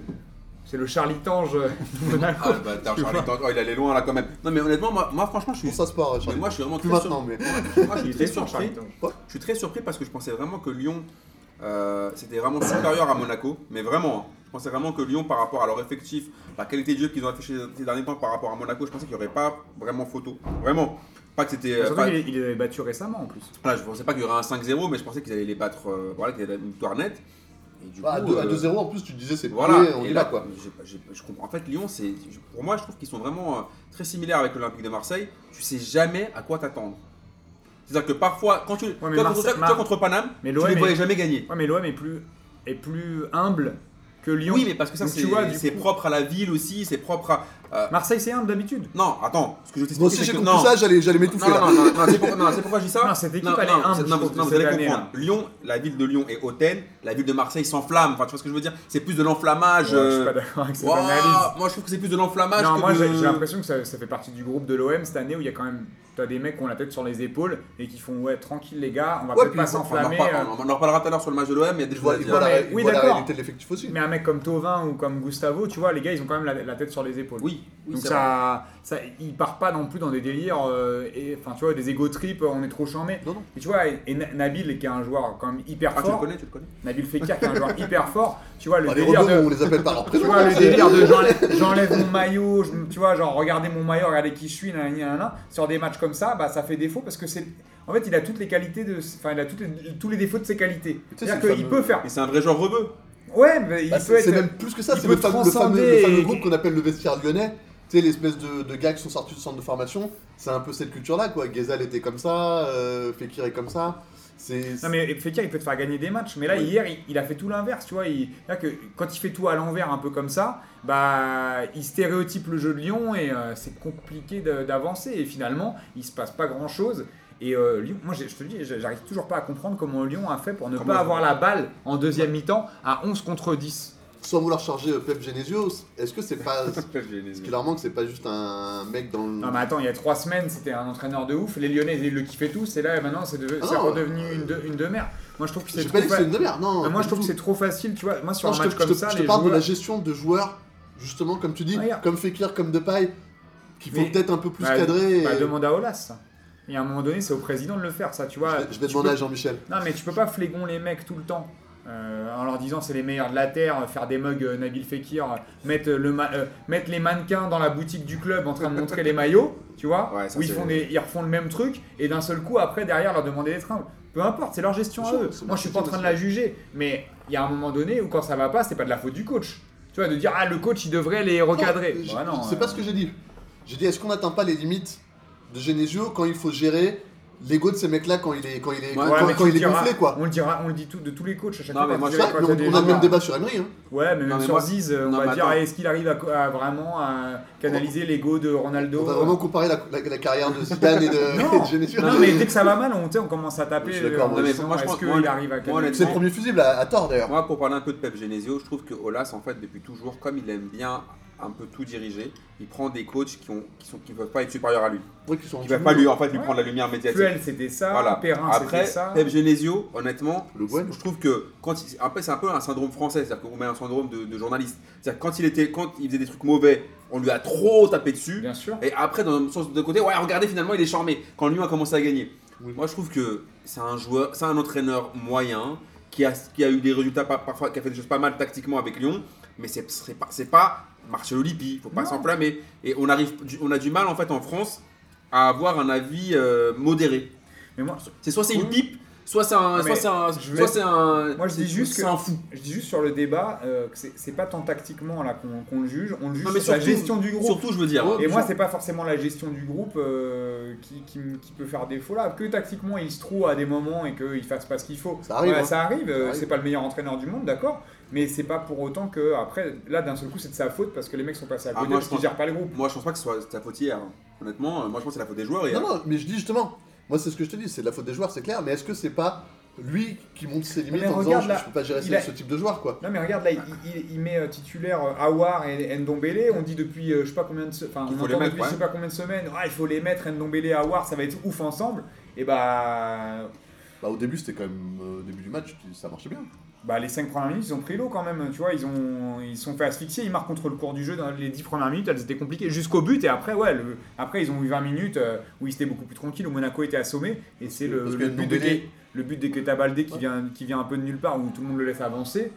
c'est le Charlie Tange de Monaco. Ah, bah, t'as Tu Charlie vois. Tange. Oh, il allait loin là quand même. Non, mais honnêtement, moi, moi franchement, je suis. Pour ça sport, mais Charlie. moi, je suis vraiment Plus très maintenant, mais. sur- Moi, je Il suis très était fort, surpris. Charlie Tange. Je suis très surpris parce que je pensais vraiment que Lyon, euh, c'était vraiment supérieur à Monaco. Mais vraiment. hein. pensais vraiment que Lyon, par rapport à leur effectif, la qualité de jeu qu'ils ont affiché ces derniers temps par rapport à Monaco, je pensais qu'il n'y aurait pas vraiment photo. Vraiment. Pas que c'était. Surtout pas... qu'il il les avait battus récemment en plus. Voilà, je pensais pas qu'il y aurait un cinq zéro, mais je pensais qu'ils allaient les battre. Euh, voilà, qu'il y avait une victoire nette. Et du Bah, coup, à euh, deux zéro en plus, tu disais c'est voilà, plié, on et est là, là quoi. j'ai- j'ai- je comprends. En fait, Lyon, c'est, pour moi, je trouve qu'ils sont vraiment euh, très similaires avec l'Olympique de Marseille. Tu sais jamais à quoi t'attendre. C'est-à-dire que parfois, quand tu, tu mais vois, Marseille- contre, tu vois, Mar- contre Paname, mais tu l'O M les voyais est- jamais gagner. Ouais, mais l'O M est plus, est plus humble que Lyon. Oui, mais parce que ça, Donc, c'est, tu vois, du c'est coup- propre à la ville aussi, c'est propre à. euh, Marseille, c'est humble d'habitude. Non, attends, ce que je t'explique. Moi aussi c'est j'ai que- compris non. ça, j'allais j'allais Non, m'étouffer non, là. non, non, non, c'est pourquoi, non, c'est pourquoi je dis ça. Non, cette équipe, non, elle est non, humble, c'est- je non, trouve, vous- non, vous cette allez année, comprendre. Lyon, la ville de Lyon est hautaine, la ville de Marseille s'enflamme. Enfin, tu vois ce que je veux dire? C'est plus de l'enflammage. Ouais, je suis euh, pas d'accord avec cette ouah, analyse. moi, je trouve que c'est plus de l'enflammage. Non, que moi de- j'ai j'ai l'impression que ça, ça fait partie du groupe de l'O M cette année où il y a quand même. T'as des mecs qui ont la tête sur les épaules et qui font ouais, tranquille les gars, on va Ouais, peut-être puis pas ils vont- On en s'enflammer. reparle- euh, on en reparlera tout à l'heure sur le match de l'O M, il y a des Je choses à vois, il dire. voit la, mais- il oui, voit la d'accord. réalité de l'effectif aussi. Mais un mec comme Thauvin ou comme Gustavo, tu vois, les gars ils ont quand même la, la tête sur les épaules. Oui, oui, Donc c'est vrai. ça, ça, ils partent pas non plus dans des délires, euh, et, enfin tu vois, des ego trips, on est trop chambé. Non, non. Et tu vois, et, et Na- Nabil qui est un joueur quand même hyper Ah, tu le fort, connais, tu le connais. Nabil Fekir qui est un joueur hyper fort, tu vois, le Bah, les délire rebonds, de... on les appelle par leur Tu prénom. vois, le c'est- délire de j'enlève, j'enlève mon maillot, je- tu vois, genre regardez mon maillot, regardez qui je suis, nanani, nanana. Sur des matchs comme ça, bah ça fait défaut parce que c'est. En fait, il a toutes les qualités de. Enfin, il a toutes les- tous les défauts de ses qualités. Tu sais, C'est-à-dire c'est le qu'il fameux- peut faire. Et c'est un vrai joueur rebeu. Ouais, mais il Bah, peut c'est être. c'est même plus que ça, il c'est peut le fameux, le fameux, transcender le fameux et- groupe qu'on appelle le vestiaire lyonnais. Tu sais, l'espèce de, de gars qui sont sortis du centre de formation, c'est un peu cette culture-là, quoi. Ghezal était comme ça, euh, Fekir est comme ça. C'est. Non mais Fekir il peut te faire gagner des matchs, mais là Oui. hier il, il a fait tout l'inverse, tu vois. Il, là, que, quand il fait tout à l'envers un peu comme ça, bah il stéréotype le jeu de Lyon et euh, c'est compliqué de- d'avancer et finalement il se passe pas grand chose. Et euh, Lyon, moi j'ai- je te le dis, j'arrive toujours pas à comprendre comment Lyon a fait pour ne Comment pas je- avoir la balle en deuxième mi-temps à onze contre dix. Sans vouloir charger euh, Pep Genesio, est-ce que c'est pas. Ce qui leur manque, c'est pas juste un mec dans le. Non mais attends, il y a trois semaines c'était un entraîneur de ouf, les Lyonnais ils le kiffaient tous et là maintenant c'est de- Ah c'est non, redevenu une, de, une demeure. Moi je trouve que c'est J'ai trop pas dit que fa- c'est une demi-heure, non. Mais moi pas je du trouve que tout. c'est trop facile, tu vois. Moi sur Non, un je te, match je comme te- ça, je te les parle de joueurs- la gestion de joueurs, justement, comme tu dis, Ah, regarde. comme Fekir, comme Depay, qu'il faut Mais- peut-être un peu plus Bah, cadrer. et- Bah, demande à Olas. ça. Et à un moment donné, c'est au président de le faire, ça, tu vois. Je vais- je vais Tu demander peux- à Jean-Michel. Non, mais tu peux pas flégon les mecs tout le temps. euh, en leur disant c'est les meilleurs de la terre, faire des mugs euh, Nabil Fekir, euh, mettre, le ma- euh, mettre les mannequins dans la boutique du club en train de montrer les maillots, tu vois, Ouais, ça, où ils, c'est- font des, ils refont le même truc, et d'un seul coup, après, derrière, leur demander d'être humble. Peu importe, c'est leur gestion à C'est eux. sûr, c'est Moi, je suis pas en train de la marketing juger, mais il y a un moment donné où quand ça va pas, c'est pas de la faute du coach. Tu vois, de dire ah, le coach, il devrait les recadrer. Non, Bah, non, c'est euh, pas ce que j'ai dit. J'ai dit, est-ce qu'on n'atteint pas les limites de Genesio quand il faut gérer l'ego de ces mecs-là quand il est, quand il est, Ouais, quand, Ouais, mais quand tu il est diras- gonflé, quoi. On le dira, on le dit tout, de tous les coachs à chaque Non, fois. mais quand moi, ils je- arrivent, Ouais, quand mais il y on, des on a le même joueurs- débat sur Emery. Hein. Ouais, mais même Non, mais sur moi, Ziz, on non, va mais dire attends. est-ce qu'il arrive à, à vraiment à canaliser l'ego de Ronaldo On va vraiment comparer la, la- la carrière de Zidane et de, Non. et de Genesio. Non, mais dès que ça va mal, on, tu sais, on commence à taper. Je suis d'accord, euh, moi, en mais disant, moi, je est-ce pense- qu'il moi, arrive à moi, canaliser C'est le premier fusible à, à tort d'ailleurs. Moi, pour parler un peu de Pep Genesio, je trouve que Olas, en fait, depuis toujours, comme il aime bien un peu tout diriger, il prend des coachs qui ont, qui sont, qui peuvent pas être supérieurs à lui. Ouais, qui sont en Qui dessous peuvent de pas nous. lui, en fait, lui Ouais. prendre la lumière médiatique. Puel, c'était ça. Voilà. Perrin, Après, c'était ça. Pep Genesio, honnêtement, Le Guen. je trouve que quand il- après c'est un peu un syndrome français, c'est-à-dire qu'on met un syndrome de, de journaliste. C'est-à-dire que quand il était, quand il faisait des trucs mauvais, on lui a trop tapé dessus. Bien sûr. Et après, dans le sens de côté, ouais, regardez, finalement, il est charmé. Quand Lyon a commencé à gagner. Oui. Moi, je trouve que c'est un joueur, c'est un entraîneur moyen qui a, qui a eu des résultats par- parfois, qui a fait des choses pas mal tactiquement avec Lyon, mais c'est c'est pas, c'est pas Marcelo Lippi. Faut pas Non. s'enflammer. Et on arrive, on a du mal en fait en France à avoir un avis euh, modéré. Mais moi, C'est soit c'est une Oui. pipe, soit c'est un, Mais soit c'est un, je vais- soit c'est un, Moi, je dis c'est- juste c'est que- un fou. je dis juste sur le débat euh, que c'est c'est pas tant tactiquement là qu'on qu'on le juge, on le juge Non, mais sur la surtout- gestion du groupe. Surtout, je veux dire. Et hein, moi, c'est pas forcément la gestion du groupe euh, qui, qui, m- qui peut faire défaut là. Que tactiquement, il se trouve à des moments et qu'il fasse pas ce qu'il faut. Ça arrive, Ouais, hein. ça arrive. euh, arrive. C'est pas le meilleur entraîneur du monde, d'accord. Mais c'est pas pour autant que après, là, d'un seul coup, c'est de sa faute parce que les mecs sont passés à Ah, côté moi, parce je qu'ils pense- gèrent pas le groupe. Moi, je pense pas que ce soit ta faute hier. hein. Honnêtement, euh, moi, je pense que c'est la faute des joueurs. Et, Non, non, mais je dis justement, moi c'est ce que je te dis, c'est de la faute des joueurs, c'est clair, mais est-ce que c'est pas lui qui monte ses limites Mais en disant regarde je, là, je peux pas gérer il ce, a- ce type de joueur, quoi. Non mais regarde là, il, il- il met euh, titulaire euh, Aouar et Ndombele. On dit depuis euh, je sais pas combien de se- enfin Il on faut les entend mettre, depuis je sais ouais. pas combien de semaines. Ah, il faut les mettre Ndombele et Aouar, ça va être ouf ensemble. Et bah Bah au début c'était quand même, euh, au début du match, tu- ça marchait bien. bah les cinq premières minutes ils ont pris l'eau quand même. Tu vois ils ont ils se sont fait asphyxier. Ils marquent contre le cours du jeu dans les dix premières minutes. Elles étaient compliquées jusqu'au but et après ouais le, après ils ont eu vingt minutes euh, où ils étaient beaucoup plus tranquilles où Monaco était assommé et c'est le, Parce que le but de Ndombele- le but de Keita Baldé qui Ouais. vient qui vient un peu de nulle part où tout le monde le laisse avancer.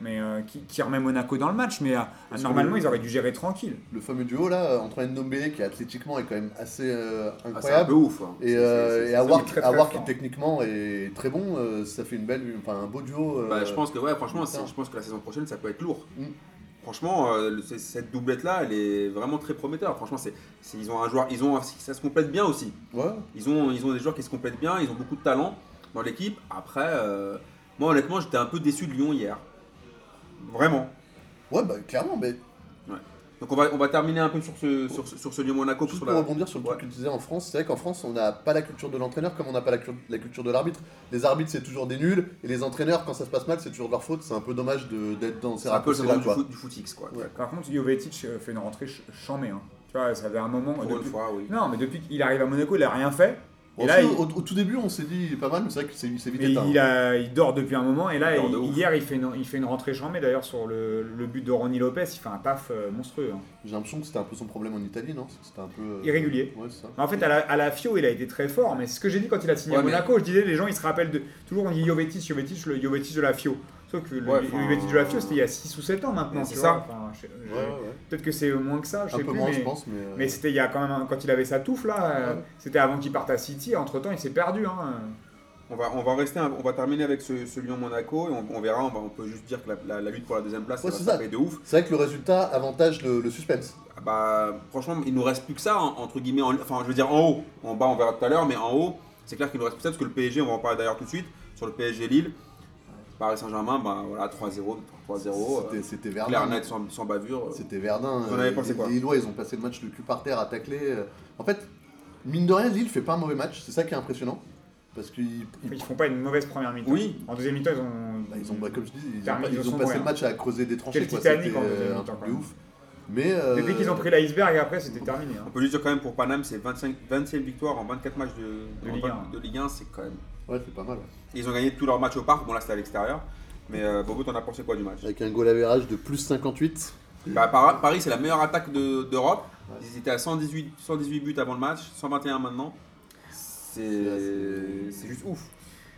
mais euh, qui, qui remet Monaco dans le match. Mais euh, normalement, ils auraient dû gérer tranquille. Le fameux duo là entre Ndombele qui athlétiquement est quand même assez euh, Ah, c'est un incroyable peu ouf. Hein. et, C'est- euh, c'est- et c'est- Awar il est très, qui, très Awar qui fort. techniquement est très bon, euh, ça fait une belle, enfin un beau duo. euh, Bah, je pense que ouais, franchement, putain. c'est- je pense que la saison prochaine, ça peut être lourd. Mm. Franchement, euh, le- c'est- cette doublette-là, elle est vraiment très prometteur. Franchement, c'est, c'est- ils ont un joueur, ils ont, ça se complète bien aussi. Ouais. Ils ont, ils ont des joueurs qui se complètent bien. Ils ont beaucoup de talent dans l'équipe. Après, euh, moi, honnêtement, j'étais un peu déçu de Lyon hier. Vraiment. Ouais, bah clairement, mais Donc on va, on va terminer un peu sur ce, sur, ce- sur ce Lyon-Monaco. juste sur pour la- rebondir sur le truc Ouais. que tu disais en France, c'est vrai qu'en France, on n'a pas la culture de l'entraîneur comme on n'a pas la, cul- la culture de l'arbitre. Les arbitres, c'est toujours des nuls, et les entraîneurs, quand ça se passe mal, c'est toujours de leur faute. C'est un peu dommage de- d'être dans ces C'est un peu le raccourcis-là, syndrome du, quoi. foot, du footix, quoi. Ouais. Par contre, Jovetic euh, fait une rentrée ch- chambée. Hein. Tu vois, ça fait un moment. Pour depuis- une fois, oui. Non, mais depuis qu'il arrive à Monaco, il a rien fait. Bon, Et là, si, il- au, au tout début, on s'est dit il est pas mal, mais c'est vrai qu'il s'est il s'est vite Mais éteint. il, a, il dort depuis un moment et là, Il dort de il- ouf. hier, il fait, une, il fait une rentrée chambée. D'ailleurs, sur le, le but de Ronny Lopez, il fait un taf euh, monstrueux. Hein. J'ai l'impression que c'était un peu son problème en Italie, non? C'était un peu. euh, Irrégulier. Ouais, c'est ça. En fait, à la, à la Fio, il a été très fort, mais c'est ce que j'ai dit quand il a signé Ouais, à mais- Monaco. Je disais, les gens, ils se rappellent de. Toujours, on dit Jovetic, Jovetic, le Jovetic de la Fio. Sauf que le, Ouais, le enfin, Jovetic de la Fio, c'était il y a six ou sept ans maintenant. Ouais, tu c'est vois. ça. Enfin, je- je- Ouais, ouais, ouais. Peut-être que c'est moins que ça, je Un sais peu plus. moins, mais... je pense, mais. euh, Mais c'était il y a quand même un- quand il avait sa touffe là, euh, Ouais. c'était avant qu'il parte à City. Entre temps, il s'est perdu. Hein. On va, on va rester, un- on va terminer avec ce, ce Lyon-Monaco et on, on verra. On, va, on peut juste dire que la, la- la lutte pour la deuxième place, Ouais, ça c'est va ça. taper de ouf. C'est vrai que le résultat avantage le, le suspense. Ah Bah, franchement, il nous reste plus que ça, hein, entre guillemets. en- enfin, je veux dire en haut. En bas, on verra tout à l'heure, mais en haut, c'est clair qu'il nous reste plus que ça parce que le P S G, on va en parler d'ailleurs tout de suite. Sur le P S G Lille, Paris Saint-Germain, bah voilà, trois zéro. trois zéro. C'était- C'était Verdun. Clair, net, sans, sans bavure. euh. C'était Verdun. Vous en avez euh, pensé les- quoi Les Lillois, ils ont passé le match le cul par terre à tacler. euh. En fait, mine de rien, Lille fait pas un mauvais match. C'est ça qui est impressionnant. Parce qu'ils Ils font pas une mauvaise première mi-temps. Oui. En deuxième mi-temps, ils ont. bah, ils ont, bah, comme je dis, ils ont, Terminé, pas- ils ils ont sont passé bons, le match à creuser des tranchées. Quel quoi. Titanic C'était en deuxième euh, un mi-temps, truc quand de même. ouf. Mais euh, Depuis qu'ils ont pris l'iceberg, après, c'était terminé. hein. On peut juste dire quand même pour Paname, c'est vingt-cinq, vingtième victoire en vingt-quatre matchs de, De en Ligue vingt- un. de Ligue un, c'est quand même. ouais, c'est pas mal. ouais. Ils ont gagné tous leurs matchs au parc. Bon, là, c'était à l'extérieur. Mais euh, Bobo, t'en as pensé quoi du match? Avec un goal average de plus cinquante-huit. Bah, Par- Paris, c'est la meilleure attaque de- d'Europe. Ouais. Ils étaient à cent dix-huit, cent dix-huit buts avant le match, cent vingt et un maintenant. C'est c'est- c'est juste ouf.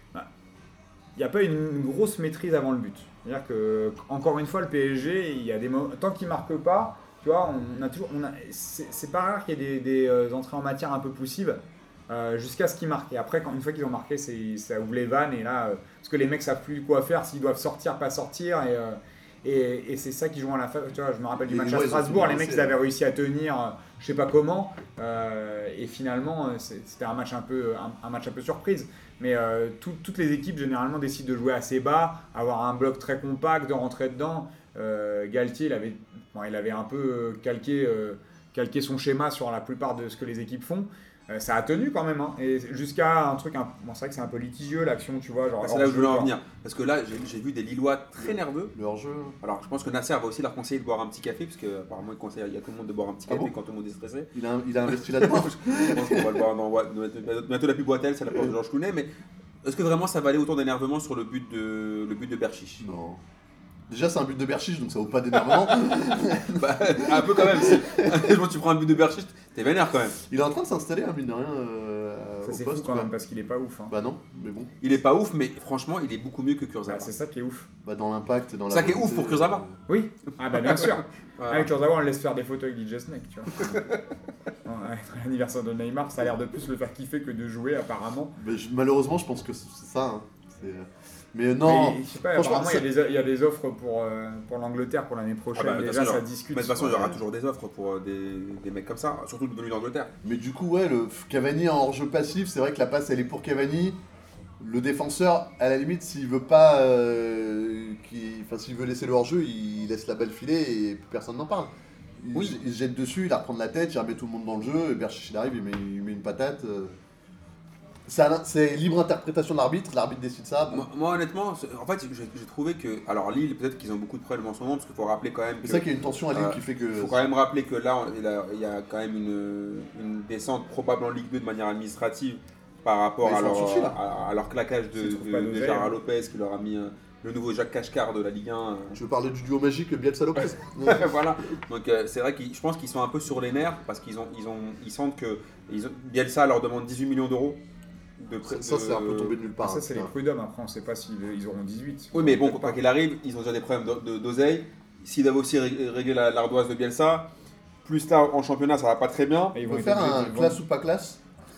Il n'y a pas une, une grosse maîtrise avant le but. C'est-à-dire que, encore une fois, le P S G, il y a des mo- tant qu'il ne marque pas, tu vois, on a toujours, on a, c'est, c'est pas rare qu'il y ait des, des, euh, entrées en matière un peu poussives euh, jusqu'à ce qu'ils marquent. Et après, quand, une fois qu'ils ont marqué, c'est, ça ouvre les vannes. Et là, euh, parce que les mecs savent plus quoi faire, s'ils doivent sortir, pas sortir. Et, euh, et, et c'est ça qui joue en la fa- tu vois, je me rappelle du Les match Lillois, à ils ont Strasbourg, fait les mecs lancer, ils avaient ouais. réussi à tenir, euh, je sais pas comment. euh, et finalement, euh, c'est- c'était un match un peu, un, un match un peu surprise. Mais euh, tout- toutes les équipes généralement décident de jouer assez bas, avoir un bloc très compact, de rentrer dedans. Euh, Galtier, il avait, bon, il avait un peu euh, calqué, euh, calqué son schéma sur la plupart de ce que les équipes font. Euh, ça a tenu quand même, hein. Et jusqu'à un truc, un, bon, c'est vrai que c'est un peu litigieux l'action, tu vois. Genre, Ah, c'est là où je voulais en hors-jeu, venir. Parce que là, j'ai j'ai vu des Lillois très nerveux. Le hors-jeu. Alors, je pense que Nasser va aussi leur conseiller de boire un petit café, parce qu'apparemment, il conseille il y a tout le monde de boire un petit Ah café bon quand tout le monde est stressé. Il a, il a investi là-dedans. Je pense qu'on va le boire dans bientôt, bientôt la pub Boitel, c'est la porte de Georges Clooney. Mais est-ce que vraiment ça valait autant d'énervement sur le but de, le but de Berchiche? Non. Déjà, c'est un but de Berchiche, donc ça vaut pas d'énervement. Bah, un peu quand même. Si quand tu prends un but de Berchiche, t'es vénère quand même. Il est en train de s'installer, hein, mine de rien, euh, Ça au c'est poste. fou quand quoi. même parce qu'il est pas ouf. Hein. Bah non, mais bon. Il est pas ouf, mais franchement, il est beaucoup mieux que Kurzawa. Bah, c'est ça qui est ouf. Bah dans l'impact et dans la. Ça qui est volonté, ouf pour Kurzawa. euh, Oui. Ah bah bien sûr. Voilà. Avec Kurzawa, on le laisse faire des photos avec D J Snake, tu vois. Bon, avec l'anniversaire de Neymar, ça a l'air de plus le faire kiffer que de jouer apparemment. mais je- malheureusement, je pense que c'est c'est ça. hein. C'est, euh, Mais non. Mais, je sais pas, franchement, apparemment, il y, a des- il y a des offres pour, euh, pour l'Angleterre pour l'année Ah prochaine. bah, de toute Déjà, façon, ça il y aura- discute. Mais de toute façon, il y aura Ouais. toujours des offres pour euh, des, des mecs comme ça, surtout venus d'Angleterre. Mais du coup, ouais, le Cavani en hors-jeu passif, c'est vrai que la passe elle est pour Cavani. Le défenseur, à la limite, s'il veut pas, euh, qu'il- enfin s'il veut laisser le hors-jeu, il laisse la balle filer et plus personne n'en parle. Il, Oui. il se jette dessus, il la reprend de la tête, il remet tout le monde dans le jeu, et Berchiche il arrive, il met, il met une patate. euh. C'est un- C'est libre interprétation de l'arbitre, l'arbitre décide ça. bon. Moi, moi, honnêtement, c'est- en fait, j'ai j'ai trouvé que. Alors, Lille, peut-être qu'ils ont beaucoup de problèmes en ce moment, parce qu'il faut rappeler quand même. C'est que- ça qu'il y a une tension à Lille euh, qui fait que. Il faut quand même rappeler que là, on- il, a- il y a quand même une, une descente probable en Ligue deux de manière administrative par rapport Bah, à, ils sont en leur, sursis, là. à, à leur claquage de, S'ils trouvent de, pas de d'oseille, Gérard hein. Lopez qui leur a mis euh, le nouveau Jacques Cashcar de la Ligue un. Je veux parler du duo magique Bielsa Lopez. Voilà. Donc euh, c'est vrai que je pense qu'ils sont un peu sur les nerfs parce qu'ils ont, ils ont, ils sentent que ils ont- Bielsa leur demande dix-huit millions d'euros de, Ça, de- ça, c'est un peu tombé de nulle part. Ça, c'est les hein. prud'hommes. Après, on ne sait pas s'ils ils auront dix-huit. Oui, mais bon, Peut-être quoi pas. qu'il arrive, ils ont déjà des problèmes de- de- d'oseille. S'ils doivent aussi ré- régler la- l'ardoise de Bielsa, plus là en championnat, ça va pas très bien. Et ils On vont peut être faire obligés un de vendre- classe ou pas classe.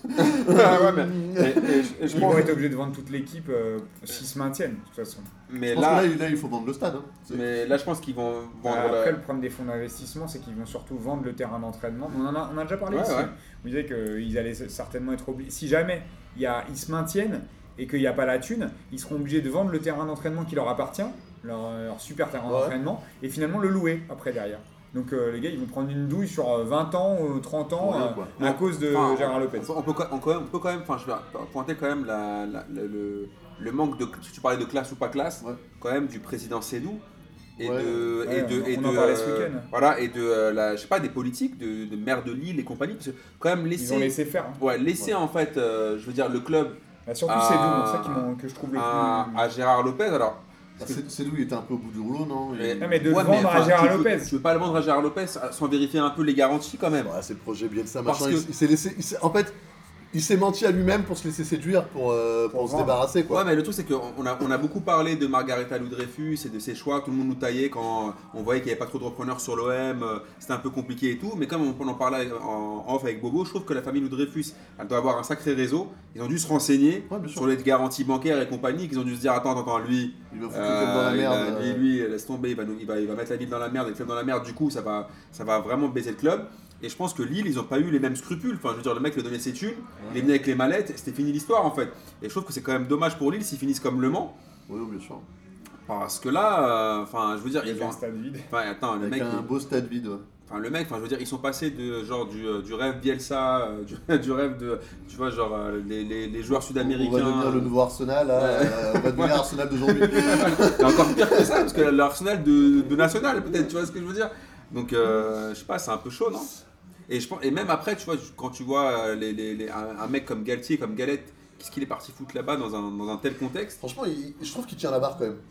Ah ouais, mais, et- et je- et je Ils pense- vont être obligés de vendre toute l'équipe euh, s'ils se maintiennent, de toute façon. mais Je pense là, que là, il- là, il faut vendre le stade. hein. C'est- mais là, je pense qu'ils vont vendre. Après, la- le problème des fonds d'investissement, c'est qu'ils vont surtout vendre le terrain d'entraînement. On en a, on a déjà parlé Ouais, ici. ouais. On disait qu'ils allaient certainement être obligés. Si jamais il y a, ils se maintiennent et qu'il n'y a pas la thune, ils seront obligés de vendre le terrain d'entraînement qui leur appartient, leur, leur super terrain Ouais. d'entraînement, et finalement le louer après derrière. Donc euh, les gars, ils vont prendre une douille sur euh, vingt ans ou trente ans Voilà, euh, quoi. à cause de Enfin, Gérard Lopez. On peut, on peut, on peut- on peut quand même, enfin, je vais pointer quand même la, la- le, le- le manque de. Tu parlais de classe ou pas classe, Ouais. quand même du président Sédou. Et Ouais. de, Ouais, et de, on- et on de, en parlait ce euh, week-end. voilà, et de, euh, la, je sais pas, des politiques, de, de maire de Lille et compagnie, parce que quand même Ils laisser, ont laissé faire. hein. ouais, laisser en fait, euh, je veux dire, le club Bah, surtout Ah. c'est doux, c'est ça qui m'en- que je trouve le à, plus. à Gérard Lopez, alors. Bah, c'est c'est d'où il était un peu au bout du rouleau, non Il- Mais- Non, mais de Ouais, le vendre enfin, à Gérard tu peux- Lopez. Tu veux pas le vendre à Gérard Lopez sans vérifier un peu les garanties quand même. Ouais, c'est le projet Bielsa, Parce machin. que- Il, il s'est laissé. il s'est- en fait, il s'est menti à lui-même pour se laisser séduire, pour, euh, pour, Pour se vendre. débarrasser, quoi. Ouais, mais le truc, c'est qu'on a, on a beaucoup parlé de Margareta Lou-Dreyfus et de ses choix. Tout le monde nous taillait quand on voyait qu'il n'y avait pas trop de repreneurs sur l'O M. euh, C'était un peu compliqué et tout. Mais comme on, on en parlait en, en off avec Bobo, je trouve que la famille Lou-Dreyfus, elle doit avoir un sacré réseau. Ils ont dû se renseigner Ouais, bien sûr. sur les garanties bancaires et compagnie. Qu'ils ont dû se dire attends, attends, attends, lui, Il va foutre le euh, club dans la il merde. a- lui, euh. lui, laisse tomber, il va, nous- il, va, il va mettre la ville dans la merde et le club dans la merde. Du coup, ça va, ça va vraiment baiser le club. Et je pense que Lille, ils n'ont pas eu les mêmes scrupules. Enfin, je veux dire, le mec lui a donné ses thunes, il est venu avec les mallettes, c'était fini l'histoire en fait. Et je trouve que c'est quand même dommage pour Lille s'ils finissent comme Le Mans. Oui, bien sûr. Parce que là, euh, enfin, je veux dire, Avec ils ont. un stade vide. Enfin, attends, le Avec mec, un il- beau stade vide. ouais. enfin, le mec, enfin, je veux dire, ils sont passés de genre du, euh, du rêve Bielsa, euh, du, du rêve de, tu vois, genre euh, les, les, les joueurs On sud-américains. va devenir le nouveau Arsenal, là, euh, on va devenir Arsenal d'aujourd'hui. Et encore pire que ça, parce que l'Arsenal de, de national, peut-être, tu vois ce que je veux dire. Donc, euh, je sais pas, c'est un peu chaud, non? Et, je pense, et même après, tu vois, quand tu vois euh, les, les, les- un, un mec comme Galtier, comme Galette, qu'est-ce qu'il est parti foutre là-bas dans un, dans un tel contexte? Franchement, il- je trouve qu'il tient la barre quand même.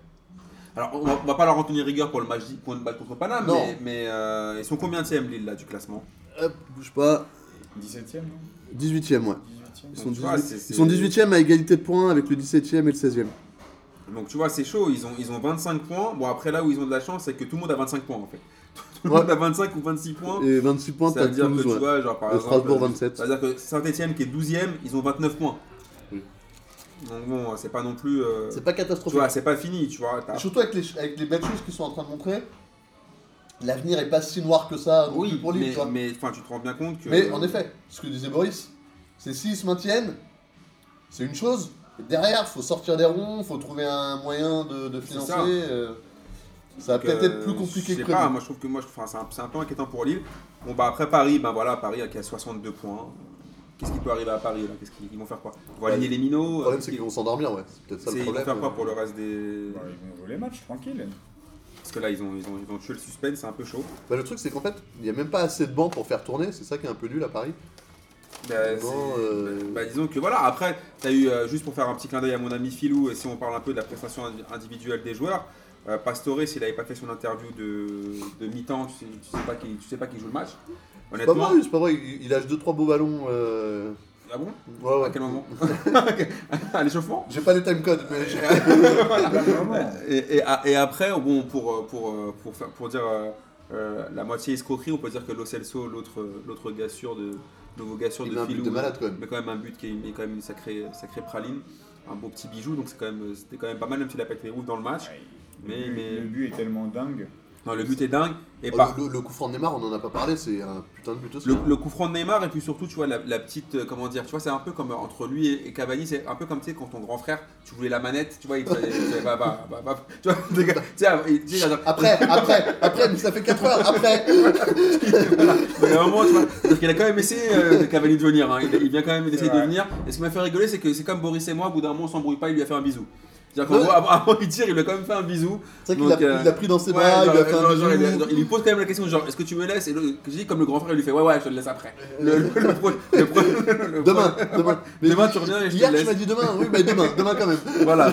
Alors, on va, on va pas leur en tenir rigueur pour le match contre contre Paname, Non. mais, mais euh, ils sont combien de Lille là du classement? Hop, bouge pas. dix-septième, non dix-huitième, ouais. dix-huitième. Ils sont, Donc, tu vois, dix-huit c'est- c'est- ils sont dix-huitième à égalité de points avec le dix-septième et le seizième. Donc tu vois, c'est chaud, ils ont, ils ont vingt-cinq points. Bon, après là où ils ont de la chance, c'est que tout le monde a vingt-cinq points en fait. Tout le Ouais. monde a vingt-cinq ou vingt-six points. Et vingt-six points, Ça t'as veut dire que Toulouse, tu ouais. vois, genre par Et exemple. Strasbourg, euh, vingt-sept. Ça veut dire que Saint-Etienne qui est douzième, ils ont vingt-neuf points. Oui. Donc bon, c'est pas non plus. euh, C'est pas tu catastrophique. vois, c'est pas fini, tu vois. t'as- Et surtout avec les, avec les belles choses qu'ils sont en train de montrer, l'avenir est pas si noir que ça non plus Oui, pour Lille, mais, tu vois. mais enfin, tu te rends bien compte que. Mais en effet, ce que disait Boris, c'est s'ils se maintiennent, c'est une chose. Et derrière, il faut sortir des ronds, il faut trouver un moyen de, de C'est financer. ça. euh, ça va Donc, peut-être euh, être plus compliqué je que sais prévu. pas, moi je trouve que moi, je- enfin, c'est un, c'est un peu inquiétant pour Lille. Bon bah après Paris, ben voilà, Paris qui a soixante-deux points. Qu'est-ce qui peut arriver à Paris là? Qu'est-ce qu'ils ils vont faire quoi? Ils vont Ouais, aligner les minots. Le problème, euh, c'est qu'ils vont s'endormir, ouais. C'est peut-être ça c'est- le ils vont problème. faire quoi euh. pour le reste des. Bah, ils vont jouer les matchs, tranquille. Parce que là ils ont, ils ont, ils ont tué le suspense, c'est un peu chaud. Bah, le truc, c'est qu'en fait, il n'y a même pas assez de bancs pour faire tourner. C'est ça qui est un peu nul à Paris. Bah, Bon, c'est- euh, bah, disons que voilà, après, tu as eu, euh, juste pour faire un petit clin d'œil à mon ami Philou, et si on parle un peu de la prestation indi- individuelle des joueurs, euh, Pastore, s'il n'avait pas fait son interview de, de mi-temps, tu sais, tu sais pas qu'il tu sais pas qu'il joue le match. C'est pas Honnêtement. vrai, c'est pas vrai. Il, il lâche deux trois beaux ballons. euh, Ah bon? Ouais, ouais. À quel moment? À l'échauffement? J'ai pas les timecodes, mais j'ai- Vraiment. et, et, et après, bon, pour, pour, pour, faire, pour dire euh, euh, la moitié escroquerie, on peut dire que Lo Celso, l'autre l'autre gars sûr de, nouveau gars sûr il de a un but Philou, de malade quand même. mais quand même un but qui est, est quand même une sacrée, sacrée praline, un beau petit bijou, donc c'est quand même, c'était quand même pas mal, même s'il a pas été ouf dans le match. Ouais, Mais- le, but, mais- le but est tellement dingue. Non, le but est dingue. Et Oh, par, le, le coup franc de Neymar, on en a pas parlé, c'est un putain de but aussi. le, hein. le coup franc de Neymar, et puis surtout, tu vois, la, la petite, euh, comment dire, tu vois, c'est un peu comme euh, entre lui et, et Cavani, c'est un peu comme, tu sais, quand ton grand frère, tu voulais la manette, tu vois, il te il te- bah, bah, bah, bah, tu vois, des gars, tu sais, il- tu sais, genre, Après, après, après, mais ça fait quatre heures, après. il y a un moment, tu vois, c'est-à-dire qu'il a quand même essayé euh, de Cavani de venir, hein, il, il vient quand même d'essayer de vrai. venir, et ce qui m'a fait rigoler, c'est que c'est comme Boris et moi, au bout d'un moment, on s'embrouille pas, il lui a fait un bisou. C'est-à-dire qu'en Ouais. gros, avant, avant qu'il tire, il lui a quand même fait un bisou. C'est vrai qu'il Donc, l'a euh, il l'a pris dans ses Ouais, bras, genre, il lui a fait genre, un genre, il, bisou. genre, il lui pose quand même la question, genre, est-ce que tu me laisses? Et le, que je dis, comme le grand frère, il lui fait, ouais, ouais, je te le laisse après. Le, le, le, pro- le pro- le Demain, pro- demain. Demain, tu reviens et je te Hier, le tu m'as laisse. dit demain, oui, mais demain, demain quand même. Voilà.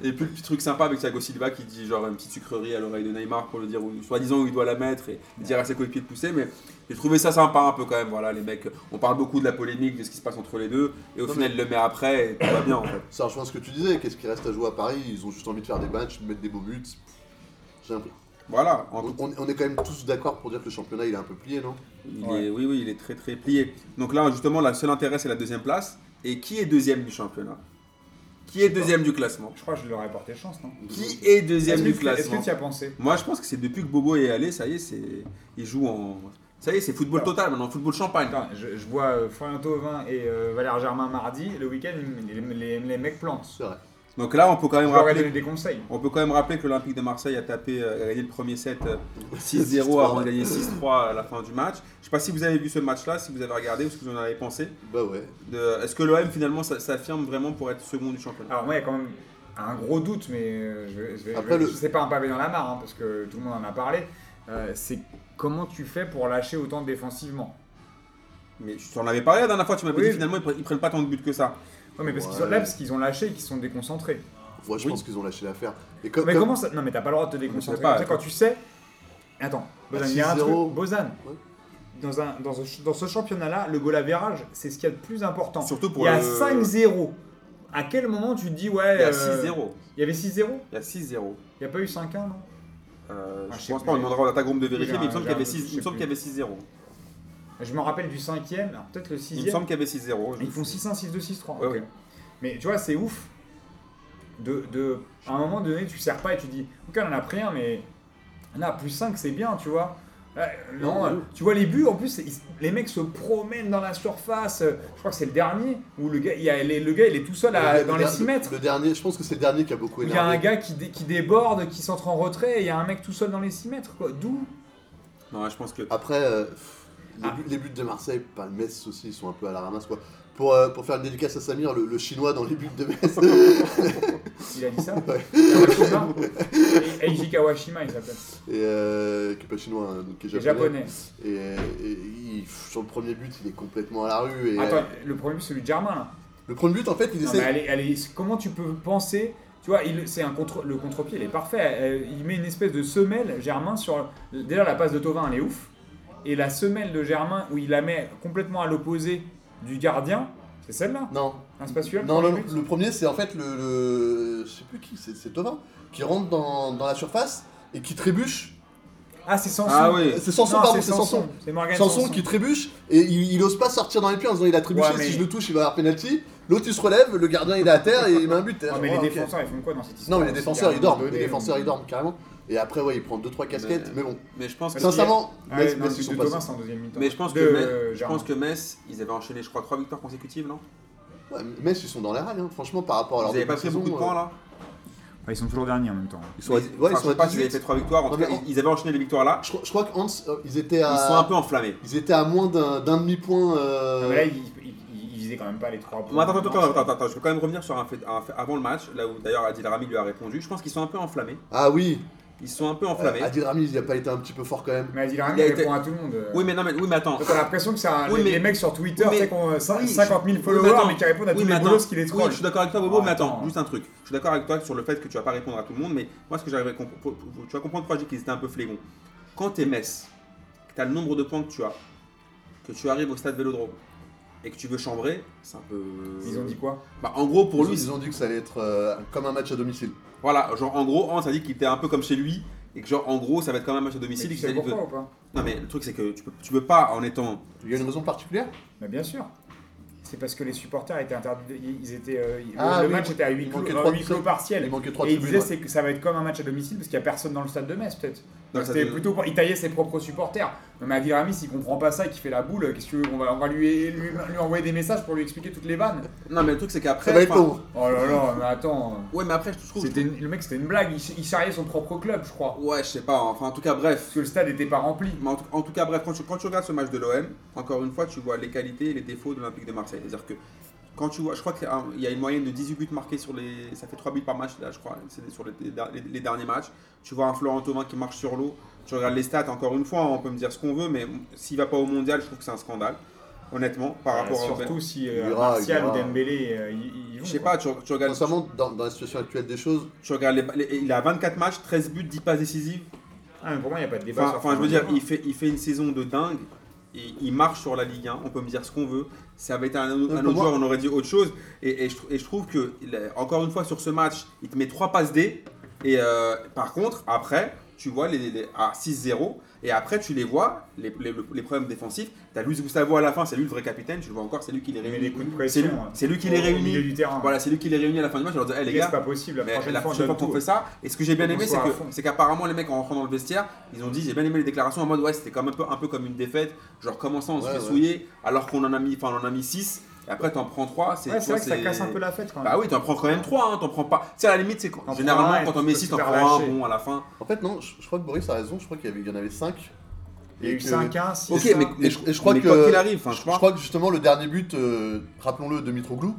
Et puis le petit truc sympa avec Thiago Silva qui dit genre une petite sucrerie à l'oreille de Neymar pour le dire, où, soi-disant où il doit la mettre et dire à ses coéquipiers de pousser. Mais j'ai trouvé ça sympa un peu quand même. Voilà, les mecs, on parle beaucoup de la polémique, de ce qui se passe entre les deux. Et au Non, final, mais- il le met après et tout va bien en fait. Ça rejoint ce que tu disais, qu'est-ce qui reste à jouer à Paris? Ils ont juste envie de faire des matchs, de mettre des beaux buts. J'ai l'impression- Voilà. En On, tout- on- on est quand même tous d'accord pour dire que le championnat il est un peu plié, non? il Ouais. est, oui, oui, il est très très plié. Donc là, justement, le seul intérêt, c'est la deuxième place. Et qui est deuxième du championnat? Qui est deuxième du classement? Je crois que je leur ai porté chance, non? Qui est deuxième Est-ce du que tu- Est-ce classement? que tu y as pensé? Moi, je pense que c'est depuis que Bobo est allé, ça y est, c'est, il joue en, ça y est, c'est football total maintenant, football champagne. Attends, je, je vois euh, Florian Thauvin et euh, Valère Germain mardi. Le week-end, les, les- les mecs plantent. C'est vrai. Donc là, on peut quand Je même leur ai rappeler, donné des conseils. on peut quand même rappeler que l'Olympique de Marseille a tapé, euh, a gagné le premier set euh, six zéro avant de gagner six trois à la fin du match. Je sais pas si vous avez vu ce match-là, si vous avez regardé ou ce que vous en avez pensé. Bah ouais. De, est-ce que l'O M finalement ça- s'affirme vraiment pour être second du championnat? Alors moi, il y a quand même un gros doute, mais euh, je, vais- je vais, Après, je vais- le- c'est pas un pavé dans la mare, hein, parce que tout le monde en a parlé. Euh, c'est comment tu fais pour lâcher autant défensivement? Mais tu en avais parlé la dernière fois, tu m'avais Oui. dit finalement ils, pre- ils prennent pas tant de buts que ça. Ouais, mais parce qu'ils Ouais. sont là, parce qu'ils ont lâché et qu'ils sont déconcentrés. Moi je Oui. pense qu'ils ont lâché l'affaire. Et comme, Mais comme- comment ça? Non, mais t'as pas le droit de te déconcentrer. sais pas, Comme ça, quand tu sais. Attends, Bozan, il y a un six truc. zéro. Bozan, Ouais. dans, un, dans, ce, dans ce championnat-là, le goal average, c'est ce qu'il y a de plus important. Surtout pour il y a le- cinq zéro. À quel moment tu te dis, ouais. Il y a euh, six zéro. Il y avait six zéro? Il y a six zéro. Il n'y a pas eu cinq un, non? Euh, Ah, je je sais pense plus. pas, on demandera à ta groupe de vérifier, J'ai mais il me semble qu'il y avait un- six- je il sais me semble plus. qu'il y avait six zéro. Je me rappelle du cinquième, alors peut-être le Il me sixième. semble qu'il y avait six zéro. Ils font six un, six deux, six trois. Ouais, ok. ouais. Mais tu vois, c'est ouf. De, de, à un moment donné, tu sers pas et tu dis, ok, on en a pris un, mais là, plus cinq, c'est bien, tu vois. Là, non, Non, euh, non. tu vois, les buts, en plus, ils- les mecs se promènent dans la surface. euh, Je crois que c'est le dernier, où le gars, il, y a, les- le gars, il est tout seul à- le- dans le les der- six mètres. Le dernier, je pense que c'est le dernier qui a beaucoup Il y a un énervé. gars qui, dé- qui déborde, qui s'entre en retrait, et il y a un mec tout seul dans les six mètres, quoi. D'où? Non, je pense que. Après, euh, pff, les, Ah. buts, les buts de Marseille, pas le Metz aussi, ils sont un peu à la ramasse quoi. Pour, euh, pour faire une dédicace à Samir, le, le chinois dans les buts de Metz. Il a dit ça? Ouais. Kawashima Eiji Kawashima, il s'appelle. Et euh, qui est pas chinois, hein, donc qui est Il est japonais. japonais. Et, euh, et il- sur le premier but, il est complètement à la rue. Et, Attends, euh, le premier but, c'est celui de Germain, là. le premier but, en fait, il Non, mais essaie. elle est- elle est- comment tu peux penser, tu vois, il- c'est un contre, le contre-pied, il est parfait. Elle- il met une espèce de semelle, Germain, sur. Déjà, la passe de Thauvin, elle est ouf. Et la semelle de Germain, où il la met complètement à l'opposé du gardien, c'est celle-là. Non, Ah, c'est pas celui-là, le non, premier le, but le premier, c'est en fait le, le- je sais plus qui, c'est c'est Thauvin, qui rentre dans, dans la surface et qui trébuche. Ah, c'est Sanson. Ah oui. C'est Sanson, Non, pardon, c'est Sanson. C'est Morgan Sanson Sanson. qui trébuche et il, il ose pas sortir dans les pieds en disant il a trébuché, Ouais, mais- si je le touche, il va avoir penalty. L'autre, il se relève, le gardien, il est à terre et il met un but. T'es là, Ah, mais genre, les ah, ok. défenseurs, ils font quoi dans cette histoire Non, mais les aussi, défenseurs, il y a ils un dorment. moment Les donné, défenseurs, où- ils dorment carrément. Et après, ouais, il prend deux trois casquettes, mais, bon. Mais je pense que. Sincèrement, Ah, ouais, Metz, non, Metz, ils celui sont de pas. Thauvin, c'est en deuxième mi-temps. Mais je pense De, que, euh, Metz, je Germain. pense que Metz, ils avaient enchaîné, je crois, trois victoires consécutives, non? Ouais, Metz, ils sont dans les rails, hein. Franchement, par rapport à leur Ils n'avaient début pas pris saison, beaucoup de points euh, là. Enfin, ils sont toujours derniers en même temps. Ils sont à, Ils- ouais, enfin, ils je sont sais à pas s'ils avaient dix-huit. fait trois victoires. En tout Non, cas, mais- ils- ils avaient enchaîné les victoires là. Je, crois- je crois qu'Hans, euh, ils étaient à. Ils sont un peu enflammés. Ils étaient à moins d'un d'un demi-point. euh, Non, mais là, ils, ils, ils visaient quand même pas les trois Bon, points. attends, attends, attends, attends, attends, je veux quand même revenir sur un fait, un fait avant le match, là où d'ailleurs Adil Rami lui a répondu. Je pense qu'ils sont un peu enflammés. Ah oui, Ils sont un peu euh, enflammés. Adil Rami, il a pas été un petit peu fort quand même. Mais Adil Il Rami a il été- répond à tout le monde. euh. Oui, mais non, mais, oui, mais attends. Donc, t'as l'impression que c'est un- Oui, les, mais- les mecs sur Twitter, oui, tu sais, mais- qui ont euh, cin- oui, cinquante mille oui, followers, mais attends. mais qui répondent à Oui, tous mais les bolos attends. qui les Oui, trollent. je suis d'accord avec toi, Bobo, Ah, mais attends, attends. juste un truc. Je suis d'accord avec toi sur le fait que tu vas pas répondre à tout le monde, mais moi, ce que j'arrive à comprendre, tu vas comprendre pourquoi je dis qu'ils étaient un peu flégons. Quand t'es Metz, que t'as le nombre de points que tu as, que tu arrives au stade Vélodrome et que tu veux chambrer, c'est un peu. Ils ont dit quoi? Bah, en gros, pour Ils, lui, ils ont dit que ça allait être euh, comme un match à domicile. voilà, genre en gros, Hans a dit qu'il était un peu comme chez lui et que genre en gros, ça va être quand même un match à Mais domicile. tu et sais qu'il a dit pourquoi que- ou pas? Non, mais le truc, c'est que tu peux, tu peux pas en étant. Il y a une raison particulière? Mais bien sûr. C'est parce que les supporters étaient interdits. Ils étaient, euh, Ah le oui, match était à huis il clos, manquait à trois huis clos tribunes. partiel. Il manquait trois Et ils tribunes. disaient c'est que ça va être comme un match à domicile parce qu'il n'y a personne dans le stade de Metz, peut-être. Dans Donc le C'était stade de- plutôt pour. Il taillait ses propres supporters. Non, mais Adil Rami, s'il comprend pas ça et qu'il fait la boule, qu'est-ce que tu veux? On va, on va lui, lui, lui envoyer des messages pour lui expliquer toutes les vannes. Non, mais le truc, c'est qu'après. Ça va être enfin, long. Oh là là, mais attends. Ouais, mais après, je trouve. C'était une- le mec, c'était une blague. Il, il charriait son propre club, je crois. Ouais, je sais pas. Enfin, en tout cas, bref. Parce que le stade n'était pas rempli. Mais en, tout, en tout cas, bref, quand tu, quand tu regardes ce match de l'O M, encore une fois, tu vois les qualités et les défauts de l'Olympique de Marseille. C'est-à-dire que quand tu vois, je crois qu'il y a une moyenne de dix-huit buts marqués sur les. Ça fait trois buts par match, là, je crois, c'est sur les, les- les derniers matchs. Tu vois un Florent Thauvin qui marche sur l'eau. Tu regardes les stats, encore une fois, on peut me dire ce qu'on veut, mais s'il va pas au mondial, je trouve que c'est un scandale. honnêtement, par Euh, rapport à surtout si euh, Il y aura- Martial il y ou aura- Dembélé, euh, ils, ils vont. Je sais quoi. pas, tu, tu regardes, Sincèrement, dans, dans la situation actuelle des choses, tu regardes les, les- il a vingt-quatre matchs, treize buts, dix passes décisives. Ah, mais pour moi, il n'y a pas de débat Enfin, sur enfin, ce je veux dire, moment-là. il fait, il fait une saison de dingue. Et il marche sur la Ligue un, on peut me dire ce qu'on veut. Ça avait été un, un pour autre moi- joueur, on aurait dit autre chose. Et, et je, et je trouve que, il a- encore une fois, sur ce match, il te met trois passes D. Et euh, par contre, après, tu vois les, les- à six zéro. Et après, tu les vois, les, les, les problèmes défensifs. Tu as Luis Gustavo à la fin, c'est lui le vrai capitaine. Tu le vois encore, c'est lui qui les Il met réunit. des coups de C'est pression. lui, hein, c'est lui qui au- les au milieu réunit. du terrain. Voilà, c'est lui qui les réunit à la fin du match. Je leur dis, hey, les Et gars, c'est pas possible. La mais prochaine la fois, on prochaine fois donne qu'on tout. fait ça, et ce que j'ai bien Faut aimé, qu'on c'est soit à que fond. c'est qu'apparemment les mecs en rentrant dans le vestiaire, ils ont dit, j'ai bien aimé les déclarations en mode ouais, c'était comme un peu un peu comme une défaite, genre comment ça on se Ouais, fait ouais. souiller alors qu'on en a mis enfin on en a mis six et après t'en prends trois, c'est Ouais, tu c'est vois, vrai que ça casse un peu la fête quand même. Bah oui, t'en prends quand même trois, hein, t'en prends pas. Tu sais, à la limite, c'est quand- T'en généralement prends un et quand tu on met peux six, te t'en faire prends un lâcher. bon à la fin. en fait, non, je, je crois que Boris a raison, je crois qu'il y, avait- il y en avait cinq. Il y a eu que- cinq un, six Ok, un. mais, mais, Et je, et je crois mais que. quoi qu'il arrive, enfin, je, je je crois. crois que justement, le dernier but, euh, rappelons-le, de Mitroglou.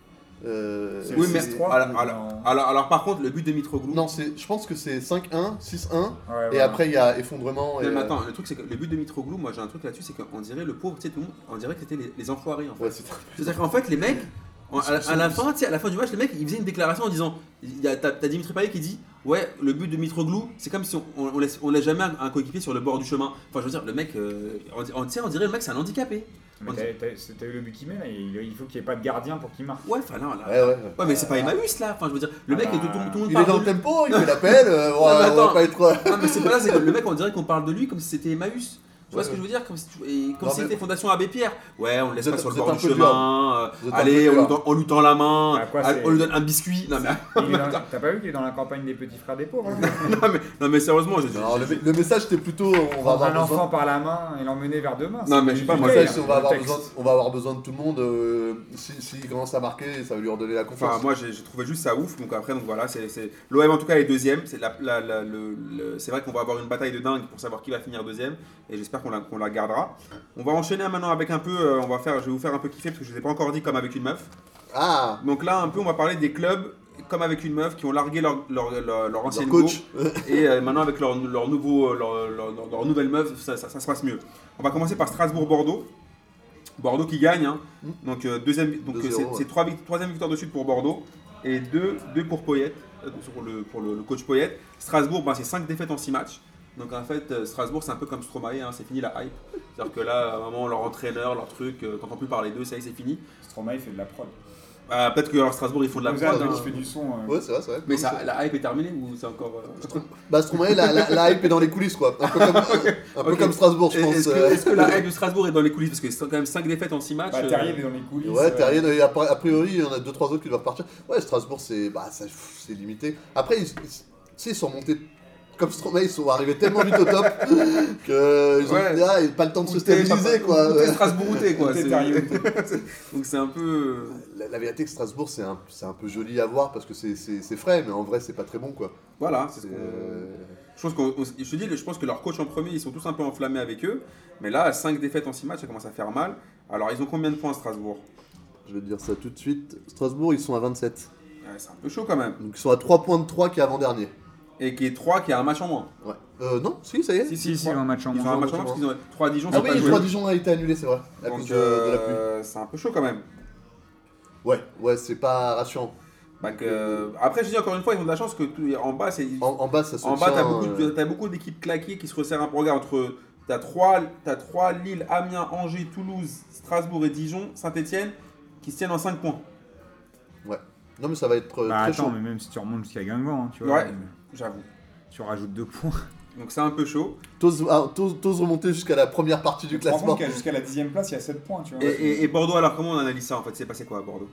euh, C'est Oui, le mais six trois, alors, mais alors, non. alors, alors, par contre, le but de Mitroglou. Non, c'est, je pense que c'est cinq un, six un. Ouais, Et voilà. après, il y a effondrement. Et, Non, mais euh, attends, le truc c'est que le but de Mitroglou, moi j'ai un truc là-dessus, c'est qu'on dirait le pauvre, tu sais, tout le monde, on dirait que c'était les, les enfoirés en fait. ouais, c'est C'est-à-dire qu'en fait, les mecs, en- à, la- Ils sont- à la fin, tu sais, à la fin du match, les mecs, ils faisaient une déclaration en disant, il y a- t'as t'as Dimitri Payet qui dit, ouais, le but de Mitroglou, c'est comme si on, on, on laisse, on laisse jamais un, un coéquipier sur le bord du chemin. Enfin, je veux dire, le mec, euh, on, on- tu sais, on dirait le mec, c'est un handicapé. Mais t'as- t'as c'est- t'as eu le but qu'il met là, il il faut qu'il n'y ait pas de gardien pour qu'il marque. Ouais, enfin là, là. Ouais, ouais. ouais. Ouais, mais c'est pas Emmaüs là. Enfin, je veux dire, le Ah mec, bah, tout, tout- tout le monde Il est parle dans de le lui. tempo, il fait l'appel. euh, on, Non, mais va, on va attends. pas être. Non, mais c'est pas là, c'est que le mec, on dirait qu'on parle de lui comme si c'était Emmaüs. Tu vois Ouais, ce que je veux dire? Comme si, tu- et comme Non, si mais- c'était Fondation Abbé Pierre. Ouais, on le laisse Vous pas êtes- sur le vous êtes bord un du peu chemin. euh, Vous êtes un allez, peu on lui, dur. tend, on lui tend la main. Bah, quoi, allez, c'est- on lui donne un biscuit. Non, mais, Il est dans- T'as pas vu qu'il est dans la campagne des petits frères des pauvres hein non, mais, non, mais sérieusement, je Non, le, le message c'était plutôt on va Prendre avoir un besoin. enfant par la main et l'emmener vers demain. Non, c'est mais du- je sais pas, du moi, Le Kane, message, c'est on le va avoir texte. besoin, on va avoir besoin de tout le monde. euh, si- S'il commence à marquer, ça va lui redonner la confiance. Enfin, moi, j'ai j'ai trouvé juste ça ouf. Donc après, donc voilà, c'est c'est- l'O M en tout cas est deuxième. C'est la, la- la- le- le- c'est vrai qu'on va avoir une bataille de dingue pour savoir qui va finir deuxième. Et j'espère qu'on la, qu'on la gardera. On va enchaîner maintenant avec un peu. euh, on va faire, je vais vous faire un peu kiffer parce que je ne vous ai pas encore dit comme avec une meuf. Ah, Donc là, un peu, on va parler des clubs comme avec une meuf qui ont largué leur, leur, leur, leur leur ancienne coach. go. Et euh, maintenant, avec leur, leur, nouveau, leur, leur- leur- leur nouvelle meuf, ça, ça- ça se passe mieux. On va commencer par Strasbourg-Bordeaux. Bordeaux qui gagne. Hein. Mm. Donc, euh, deuxième, donc deux euh, zéro, c'est ouais. c'est trois vic- troisième victoire de suite pour Bordeaux et deux, deux pour Poyet, euh, pour, le, pour le, le coach Poyet. Strasbourg, ben, c'est cinq défaites en six matchs. Donc en fait, euh, Strasbourg, c'est un peu comme Stromae, hein, c'est fini la hype. C'est-à-dire que là, vraiment, leur entraîneur, leur truc, euh, t'entends plus parler d'eux, ça y est, c'est fini. Stromae il fait de la prod. Euh, Peut-être que alors, Strasbourg, ils font de la Lausanne, prod. qui hein. fait du son. euh, Ouais, c'est vrai, c'est vrai. Mais Non, ça, c'est- la hype est terminée ou c'est encore. euh, Bah, Stromae, la, la, la hype est dans les coulisses, quoi. Un peu comme, un peu Ok. comme Strasbourg, je Et pense. Est-ce que, euh. est-ce que la hype de Strasbourg est dans les coulisses? Parce que c'est quand même cinq défaites en six matchs. Bah, euh, Terrier il est dans les coulisses. Ouais, euh, Terrier, et a, a priori, il y en a deux trois autres qui doivent partir. Ouais, Strasbourg, c'est bah, ça, pff, c'est limité. Après, ils, ils- tu sais, ils sont montés. Comme Stromae, ils sont arrivés tellement vite au top qu'ils ont Ouais. ah, ils ont pas le temps de se Ou t'es- stabiliser, ou quoi. t'es Strasbourg ou t'es, quoi. Ou t'es c'est- Terrier, ou Donc c'est un peu. La, la vérité, que Strasbourg, c'est un, c'est un peu joli à voir parce que c'est, c'est, c'est frais, mais en vrai, c'est pas très bon, quoi. Voilà, c'est ce C'est, qu'on. euh, Je pense qu'on, on- je te dis, je pense que leurs coachs en premier, ils sont tous un peu enflammés avec eux. Mais là, cinq défaites en six matchs, ça commence à faire mal. Alors, ils ont combien de points à Strasbourg? Je vais te dire ça tout de suite. Strasbourg, ils sont à vingt-sept. Ouais, c'est un peu chaud quand même. Donc, ils sont à trois points de trois qui est avant-dernier. Et qui est trois, qui a un match en moins. Ouais. Euh, non, si, ça y est. Si, si, si, trois. un match en Ils ont moins. un match en moins parce qu'ils ont trois à Dijon, Ah c'est oui, pas joué. trois Dijon a été annulé, c'est vrai. À Donc, cause de, de la pluie. euh, c'est un peu chaud quand même. Ouais, ouais, c'est pas rassurant. Donc, euh, après, je dis encore une fois, ils ont de la chance que tout- en bas, c'est. En, en bas, ça se En bas, tient, t'as beaucoup, euh, de- t'as beaucoup d'équipes claquées qui se resserrent un peu. Regarde, entre. T'as trois, t'as trois Lille, Amiens, Angers, Toulouse, Strasbourg et Dijon, Saint-Etienne qui se tiennent en cinq points. Non, mais ça va être euh, Bah très attends, chaud. mais même si tu remontes jusqu'à Guingamp, hein, tu vois, Ouais. euh, J'avoue. tu rajoutes deux points. Donc c'est un peu chaud. T'oses ah, t'oses- t'oses remonter jusqu'à la première partie du Tu te rends classement. compte qu'à- jusqu'à la dixième place, il y a sept points, tu vois. Et, et- et Bordeaux, alors comment on analyse ça en fait? C'est passé quoi à Bordeaux?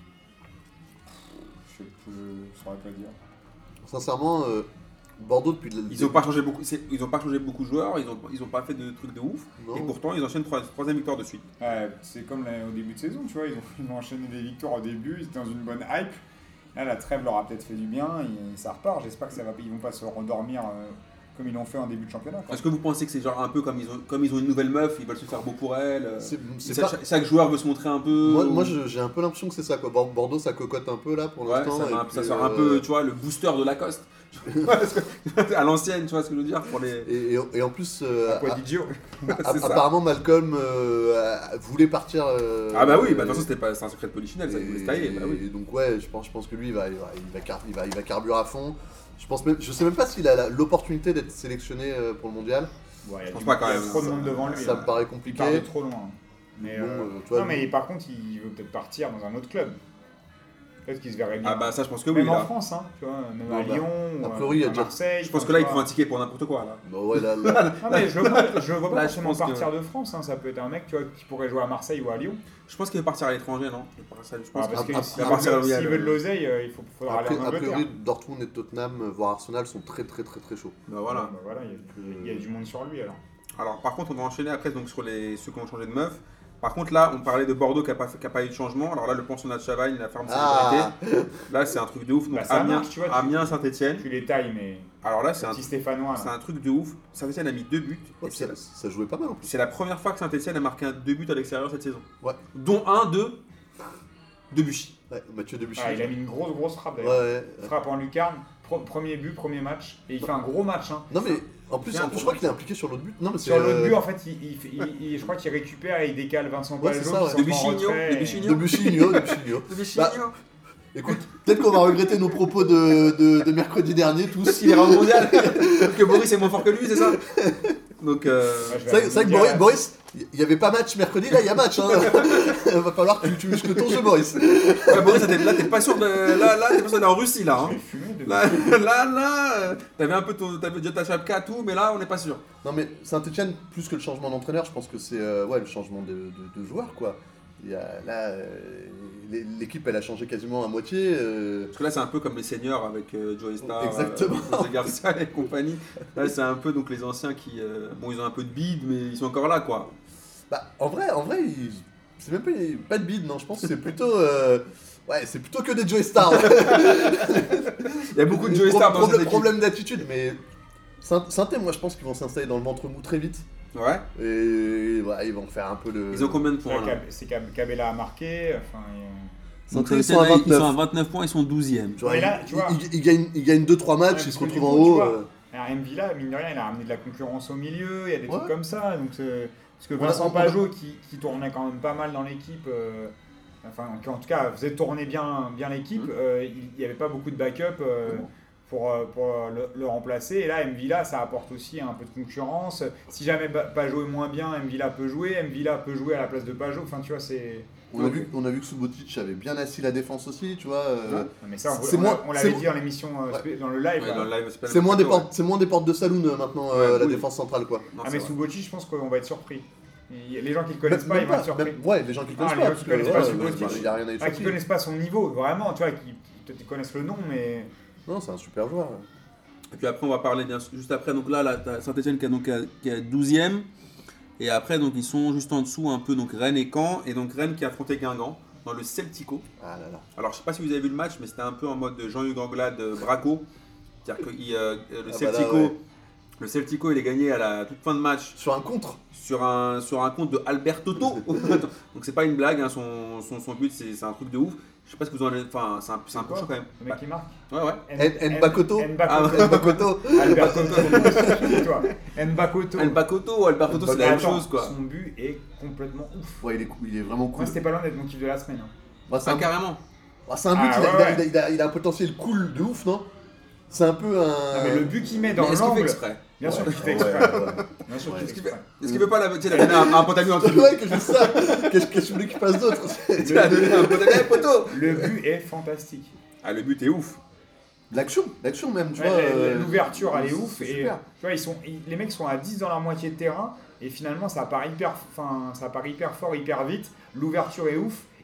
Je, je, je saurais pas dire. Sincèrement, euh, Bordeaux depuis le. Ils ont pas changé beaucoup. c'est- Ils ont pas changé beaucoup de joueurs. Ils ont, ils ont pas fait de trucs de ouf. Non. Et pourtant, ils enchaînent trois, troisième victoire de suite. Ouais, c'est comme la- au début de saison, tu vois, ils ont, ils ont enchaîné des victoires au début, ils étaient dans une bonne hype. Là, la trêve leur a peut-être fait du bien, et ça repart. J'espère que ça va, ils vont pas se rendormir euh, comme ils l'ont fait en début de championnat. Quoi. Est-ce que vous pensez que c'est genre un peu comme ils ont, comme ils ont une nouvelle meuf, ils veulent se faire beau pour elle euh, C'est- c'est chaque, pas- chaque joueur veut se montrer un peu. Moi, ou- moi je- j'ai un peu l'impression que c'est ça. Quoi. Bor- Bordeaux, ça cocotte un peu là pour Ouais, l'instant. ça, et va un- puis, ça sort un euh, peu, tu vois, le booster de Lacoste. Parce que- à l'ancienne, tu vois ce que je veux dire pour les. Et, et- et en plus, euh, Quoi, a- Didio a- c'est ça. apparemment Malcolm euh, a- voulait partir. euh, Ah bah oui, bah, de euh, toute façon c'était pas c'est un secret de polichinelle, ça il voulait se tailler, bah oui. Et donc ouais, je pense, je pense que lui, il va, il va, il va, car- il va, il va carburer à fond. Je pense même, je sais même pas s'il a la- l'opportunité d'être sélectionné euh, pour le mondial. Ouais, il y a Je pense du- pas quand il y a même. trop de monde devant lui. Ça hein. me paraît Il compliqué. part de trop loin. Mais, Bon, euh, euh, tu vois, non, mais par contre, il veut peut-être partir dans un autre club. Peut-être qu'il se verrait bien. Ah bah ça je pense que oui. même en là. France, hein, tu vois, même Non, à bah, Lyon, a ou priori, il y a à déjà- Marseille. Je pense enfin, que là tu il vois. prend un ticket pour n'importe quoi là. Bah ouais, là, là- Non, mais je le vois, je le vois Là, pas je forcément pense que- partir de France. Hein. Ça peut être un mec tu vois, qui pourrait jouer à Marseille ou à Lyon. Je pense qu'il va partir à l'étranger, non Je pense Ah, que parce que ah, s'il ah, veut, ah, s'il ah, veut de l'oseille, euh, il faut, faudra Après, aller en a Angleterre. priori, Dortmund et Tottenham, euh, voire Arsenal, sont très très très très chauds. bah voilà. Bah, voilà, il y, a, il y a du monde sur lui alors. Alors par contre on va enchaîner après donc sur les ceux qui ont changé de meuf. Par contre là on parlait de Bordeaux qui a pas, fait- qui a pas eu de changement. Alors là le pensionnat de Chavagne, la ferme Ah. sécurité. Là c'est un truc de ouf. Donc Bah, ça Amiens, marche, tu vois, tu- Amiens Saint-Etienne. Tu les tailles, mais Alors là c'est un, petit Stéphanois. c'est Là. un truc de ouf. Saint-Etienne a mis deux buts. Ouais, et ça, c'est la- ça jouait pas mal en plus. c'est la première fois que Saint-Etienne a marqué un deux buts à l'extérieur cette saison. Ouais. Dont un de Debuchy. Ouais, Mathieu Debuchy. Ah, il a mis une grosse grosse frappe Ouais, d'ailleurs. ouais, ouais. Frappe en lucarne, pro- premier but, premier match. Et il fait un gros match. Hein. Non mais en plus, Bien, en plus je crois qu'il est impliqué sur l'autre but. Non mais c'est Sur l'autre euh, but, en fait, il, il, fait- il- il- je crois qu'il récupère et il décale Vincent Ouais, c'est Baljo. ça, ouais. qui sort en Debuchy-Nio, retrait et- Debuchy-Nio. Debuchy-Nio, Debuchy-Nio. Debuchy. Bah, Écoute, peut-être qu'on va regretter nos propos de, de, de mercredi dernier tous. Parce qu'il est au mondial. Parce que Boris est moins fort que lui, c'est ça. Donc euh, Ouais, je vais C'est vrai, c'est vrai que dire, Boris, là, Boris, il n'y avait pas match mercredi, là il y a match. Hein. Va falloir que tu, tu muscles ton jeu, Boris. ouais, Boris, là t'es, là, t'es pas sûr de. Là, là, t'es pas sûr d'aller en Russie là. Je Hein. vais fumer de- Là, là, là, euh, t'avais un peu ton, t'avais déjà ta chapka, tout, mais là, on n'est pas sûr. Non mais Saint-Etienne, plus que le changement d'entraîneur, je pense que c'est euh, ouais, le changement de, de, de joueur quoi. Il y a, là, euh, l'é- l'équipe elle a changé quasiment à moitié. euh, Parce que là, c'est un peu comme les seniors avec euh, Joey Star, Exactement. euh, José Garcia et compagnie. Là, c'est un peu donc les anciens qui. euh, bon, ils ont un peu de bide, mais ils sont encore là, quoi. Bah, en vrai, en vrai, il- c'est même pas, pas de bide, non. Je pense que c'est plutôt, euh, ouais, c'est plutôt que des Joey Star. Il y a beaucoup de Joey Star dans cette problème, équipe. problème d'attitude, mais Saint- Saint-Étienne, moi, je pense qu'ils vont s'installer dans le ventre mou très vite. Ouais. Et ouais, ils vont faire un peu le. Ils ont combien de C'est points là Cab- C'est Cab- Cabella a marqué. Enfin, et, Donc, Saint-Étienne, c'est- ils sont à là, ils sont à vingt-neuf. vingt-neuf points, ils sont douzième. Tu vois, Mais là, ils, tu vois- ils- ils gagnent, ils gagnent deux trois matchs, Ouais, ils se parce que retrouvent du en coup, tu haut. vois, euh, Alors, M. Villa, mine de rien, il a ramené de la concurrence au milieu, il y a des Ouais. trucs comme ça. Donc c'est- parce que On a- Vincent on a- Pajot, qui, qui tournait quand même pas mal dans l'équipe, euh, enfin, qui, en tout cas, faisait tourner bien, bien l'équipe, Mhm. euh, il n'y avait pas beaucoup de backup euh, Bon. pour, euh, pour euh, le, le remplacer. Et là, M. Villa, ça apporte aussi un peu de concurrence. Si jamais Ba- Pajot est moins bien, M. Villa peut jouer. M. Villa peut jouer à la place de Pajot. Enfin, tu vois, c'est. On a, vu, on a vu que Subotic avait bien assis la défense aussi, tu vois. euh, Ouais. Non, mais ça, on, C'est on- moins- on l'avait c'est dit dans l'émission, euh, Ouais. spé- dans le live. Ouais, là. dans le live, pas C'est moins, des ouais. portes- c'est moins des portes de saloon euh, maintenant, euh, Ouais, la oui. défense centrale, quoi. Non, Ah, c'est mais vrai. Subotic, je pense qu'on va être surpris. Il- Les gens qui le connaissent Même- pas, même ils vont être surpris. même- ouais, les gens qui le Ah, connaissent les pas. gens parce qui que, connaissent ouais, pas euh, Subotic. il y a rien à y Ah, qui sortir. connaissent pas son niveau, vraiment, tu vois, qui peut-être connaissent le nom, mais. Non, c'est un super joueur. ouais. Et puis après, on va parler bien sûr- juste après. Donc là, là t'as Saint-Etienne qui est donc à, qui est à douzième. Et après, donc ils sont juste en dessous un peu, donc Rennes et Caen. Et donc Rennes qui a affronté Guingamp dans le Celtico. Ah là là. Alors, je sais pas si vous avez vu le match, mais c'était un peu en mode Jean-Hugues Anglade euh, Braco. C'est-à-dire que il, euh, le, Ah bah là, Celtico, ouais. le Celtico, il est gagné à la toute fin de match Sur un contre. sur un, sur un compte de Albert Toto. Donc, c'est pas une blague, hein, son, son, son but, c'est c'est un truc de ouf. Je sais pas ce que vous en avez. Enfin, c'est un, c'est un peu Quoi chaud quand même. Le mec qui marque. Ouais, ouais. N- Nbakoto. Nbakoto. Bakoto. Albert Toto. toi. Nbakoto. Albert Toto, Albert Toto, c'est la même Attends, chose quoi. Son but est complètement ouf. Ouais, il est, cou- il est vraiment cool. Moi, c'était pas loin d'être mon kiff de la semaine. hein. Bah, c'est Ah, un, carrément. bah, c'est un but, Ah, il, a, ouais, il a- ouais. il a- il a- il a un potentiel cool de ouf, non? C'est un peu un. Non, mais le but qu'il met dans Mais est-ce qu'il fait l'angle. exprès Bien sûr Ouais, qu'il fait ouais, exprès. ouais. Bien sûr Ouais. qu'il Est-ce fait qu'il exprès. fait, est-ce qu'il veut pas la. Tu sais, il a donné un, un pote à lui en dessous. Ouais, que je fais ça. Qu'est-ce qu'est-ce que je voulais qu'il fasse d'autre? Tu as donné un pote à lui, hey, poto. Le but est fantastique. Ah, le but est ouf. L'action, l'action même, tu Ouais, vois. la- euh, L'ouverture, elle est c'est ouf. Et, super. tu vois, ils sont, ils- les mecs sont à dix dans leur moitié de terrain. Et finalement, ça part hyper, enfin, ça part hyper fort, hyper vite. L'ouverture est ouf.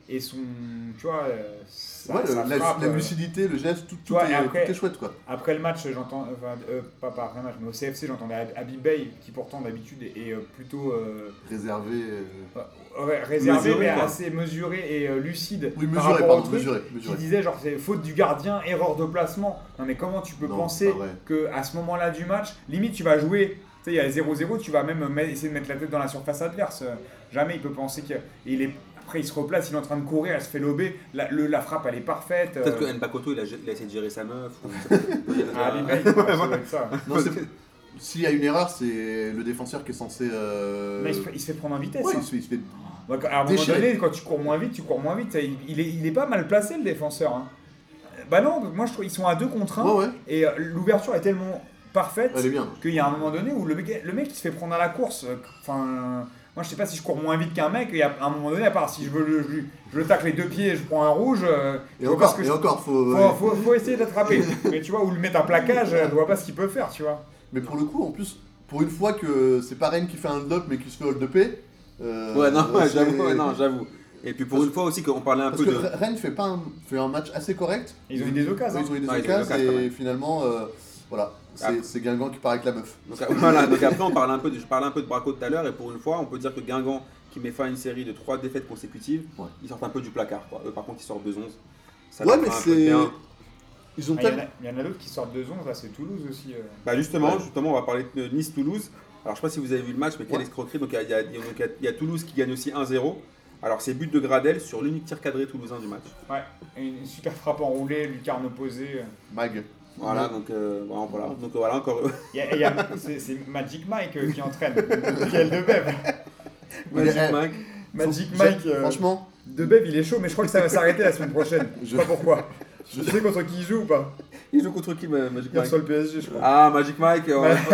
et son, tu vois, euh, sa, Ouais, sa la, frappe, la euh, lucidité, le geste, tout, tout, vois, est, et après- tout est chouette quoi. Après le match, j'entends, enfin, euh, pas pas après le match, mais au C F C, j'entendais Ab- Habib Bey, qui pourtant d'habitude est, est, euh, plutôt euh, Réservé. euh, ouais, réservé, Mesuré, mais quoi. assez mesuré et euh, lucide Oui, par mesuré, rapport pardon, au truc. mesuré. Qui mesuré. disait genre c'est faute du gardien, erreur de placement. Non mais comment tu peux Non, penser c'est pas vrai. que à ce moment-là du match, limite tu vas jouer, tu sais il y a zéro zéro, tu vas même mettre- essayer de mettre la tête dans la surface adverse. Euh, Jamais il peut penser qu'il il est après il se replace, il est en train de courir, elle se fait lober, la, le- la frappe elle est parfaite. Peut-être euh, que Nbakoto il a, il a essayé de gérer sa meuf. Ou... ah, Habib Bey, ça doit être ça. Non, c'est- S'il y a une erreur, c'est le défenseur qui est censé. euh, Mais il se, fait, il se fait prendre en vitesse. Ouais, hein. il se fait, il se fait- Donc, à un moment Déchiré. donné, quand tu cours moins vite, tu cours moins vite. Il, il est, il est pas mal placé le défenseur. hein. Bah non, moi je trouve qu'ils sont à deux contre un Ouais, ouais, et euh, l'ouverture est tellement parfaite elle est bien. qu'il y a un moment donné où le mec, le mec il se fait prendre à la course. euh, Enfin, euh, moi je sais pas si je cours moins vite qu'un mec. Il y a un moment donné, à part si je veux le, je, je le tacle les deux pieds, et je prends un rouge. euh, Et je vois pas encore, ce que et je- encore, faut. faut, ouais. faut, faut essayer d'attraper. Mais tu vois, ou le mettre un plaquage, je vois pas ce qu'il peut faire, tu vois. Mais pour le coup, en plus, pour une fois que c'est pas Rennes qui fait un hold-up mais qui se fait hold-upper. euh, Ouais, non, ouais, c'est- j'avoue, ouais, non, j'avoue. Et puis pour Parce- une fois aussi qu'on parlait un Parce peu que de. Rennes fait, pas un, fait un match assez correct. Ils ont eu des occasions. Ils ont eu des Ouais, ils ont eu des occasions occasions, quand et même. finalement, euh, voilà, c'est Après- c'est Guingamp qui part avec la meuf. Donc, euh, voilà, donc après on parlait un peu de, je parlais un peu de Braco tout à l'heure et pour une fois on peut dire que Guingamp qui met fin à une série de trois défaites consécutives, Ouais. ils sortent un peu du placard quoi. Eux par contre ils sortent deux onze. Ça Ouais, leur mais fera un peu de c'est. bien. Ils ont Ah, Il y en tellement. a, il y en a d'autres qui sortent de onze, là c'est Toulouse aussi. euh. Bah justement, Ouais. justement, on va parler de Nice-Toulouse. Alors je sais pas si vous avez vu le match, mais quelle Ouais. escroquerie. Donc il y a, il y a- donc, il y a- il y a Toulouse qui gagne aussi un zéro. Alors c'est but de Gradel sur l'unique tir cadré toulousain du match. Ouais, et une super frappe enroulée, lucarne opposée. Mag. Voilà, Ouais. donc euh, voilà, voilà. Donc voilà encore. Il y a- il y a- c'est c'est Magic Mike euh, qui entraîne. Michael Debev. Magic eh, Mike. Magic J'ai- Mike. euh, Franchement, Debev il est chaud, mais je crois que ça va s'arrêter la semaine prochaine. Je sais Je- pas pourquoi. je- Tu sais contre qui il joue ou pas? Il joue contre qui ma- Magic Il Mike sur le P S G, je crois. Ah Magic Mike. euh, Ouais.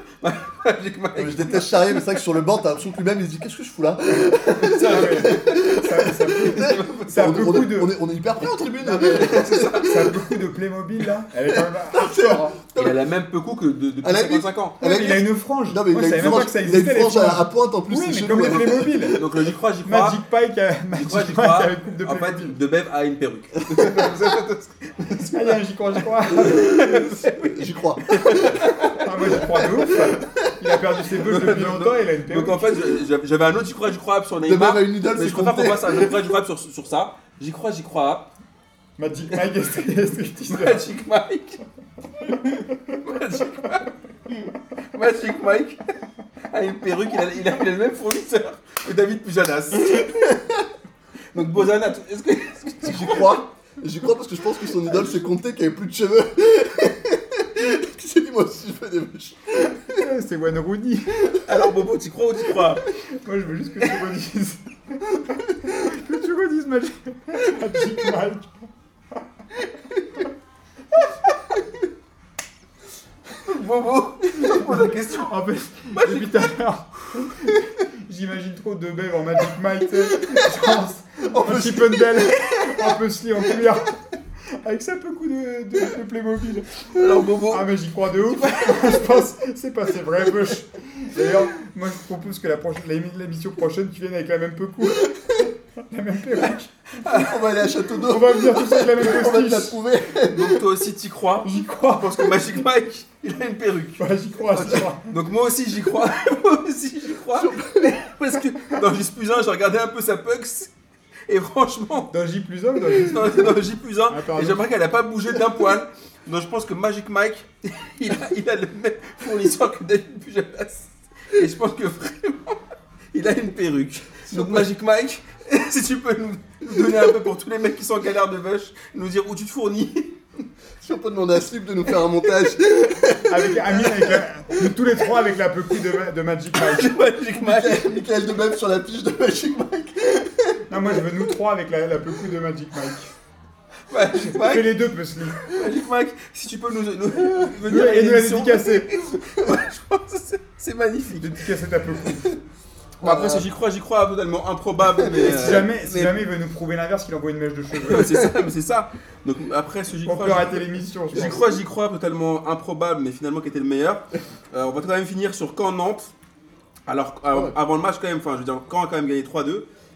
Magic Mike. je déteste Charrier, mais c'est vrai que sur le banc, t'as l'impression que lui-même il se dit qu'est-ce que je fous là. Ça, ouais. ça, ça, peut- ça a on, on beaucoup est, de, on, est, on est hyper prêts en tribune. ça a beaucoup de Playmobil là. Elle est quand même hardcore. hein. Il a la même peu coup que de, depuis À la limite- cinquante-cinq ans. À la Ouais, mais il a limite- une frange. Non, mais Moi, il je a savais une même pas frange, que ça il a une existait les frange à, franges. à pointe en plus. Oui, c'est mais chelou, comme les hein. Playmobil. Donc le j'y crois, j'y crois. Magic Mike, euh, J'y Magic crois, Mike j'y crois. avec coupe de En Playmobil. fait, Debev a une perruque. Allez, j'y crois, j'y crois. J'y crois. Ah, moi, j'y crois de ouf. Il a perdu ses boules depuis longtemps, il a une perruque. Donc en fait, je- je- j'avais un autre j'y crois, j'y crois sur Demain, Neymar. va une idole, Mais c'est je préfère qu'on compté. voit ça. Je crois, j'y crois sur, sur ça. J'y crois, j'y crois. Magic Mike est stripteaseur. Magic Mike. Magic Mike. Magic Mike a une perruque, il a, il a, il a le même fournisseur que David Pujadas. Donc Bozana, est-ce que, est-ce que J'y crois. J'y crois parce que je pense que son idole c'est Comté qui avait plus de cheveux. Qui s'est dit moi aussi je fais des mèches. C'est Wayne Rooney. alors Bobo, tu crois ou tu crois? Moi, je veux juste que tu redises. Que tu redises Magic Magic Mike. Bobo, je pose la question. En fait, depuis tout à l'heure, j'imagine trop de Bev en Magic Mike, tu sais. Je pense. En Un plus, Chippendale, un peu sli en cuir. Avec ça, peu coup de, de, de Playmobil. Alors Bobo, Ah, mais j'y crois de ouf. Je pense c'est pas c'est vrai, bush. D'ailleurs, moi je propose que la prochaine, l'émi- l'émission prochaine, tu viennes avec la même peu coup. La même perruque. on va aller à Château On d'Eau. va venir tous avec la même On va te la postiche. trouver. donc toi aussi t'y crois? J'y crois. Je pense que Magic Mike, il a une perruque. Ouais, j'y crois, j'y crois. Donc moi aussi j'y crois, moi aussi j'y crois, parce que dans J plus un j'ai regardé un peu sa pugs, et franchement, Dans J plus un ou dans J dans, dans J plus un, Ah, pardon. et j'aimerais qu'elle n'a pas bougé d'un poil, donc je pense que Magic Mike, il a, il a le même fournisseur que David Pujadas, et je pense que vraiment, il a une perruque. Donc Magic Mike, si tu peux nous, nous donner un peu pour tous les mecs qui sont en galère de vache, nous dire où tu te fournis. Si on peut demander à Slip de nous faire un montage. Avec Amine, avec la, nous tous les trois avec la peu coup de, de Magic Mike. Magic Mike. Michael, Michael de même sur la fiche de Magic Mike. Non, moi je veux nous trois avec la, la peu coup de Magic Mike. Magic Fais Mike, les deux, Pusley. Magic Mike, si tu peux nous, nous Nous, venir à et nous la l'émission. dédicacer. Ouais, je pense que c'est- c'est magnifique. Dédicacer ta peu coup. Bon, après, ça, j'y crois, j'y crois, totalement improbable. Mais, Et si euh, jamais, si mais- jamais il veut nous prouver l'inverse, qu'il envoie une mèche de cheveux. Ouais, c'est ça, mais c'est ça. Donc après, ce j'y On crois, peut j'y- arrêter l'émission, je j'y pense. crois, j'y crois, totalement improbable, mais finalement qui était le meilleur. Euh, on va quand même finir sur Caen-Nantes. Alors, avant, Ouais. avant le match, quand même, enfin, je veux dire, Caen a quand même gagné trois deux.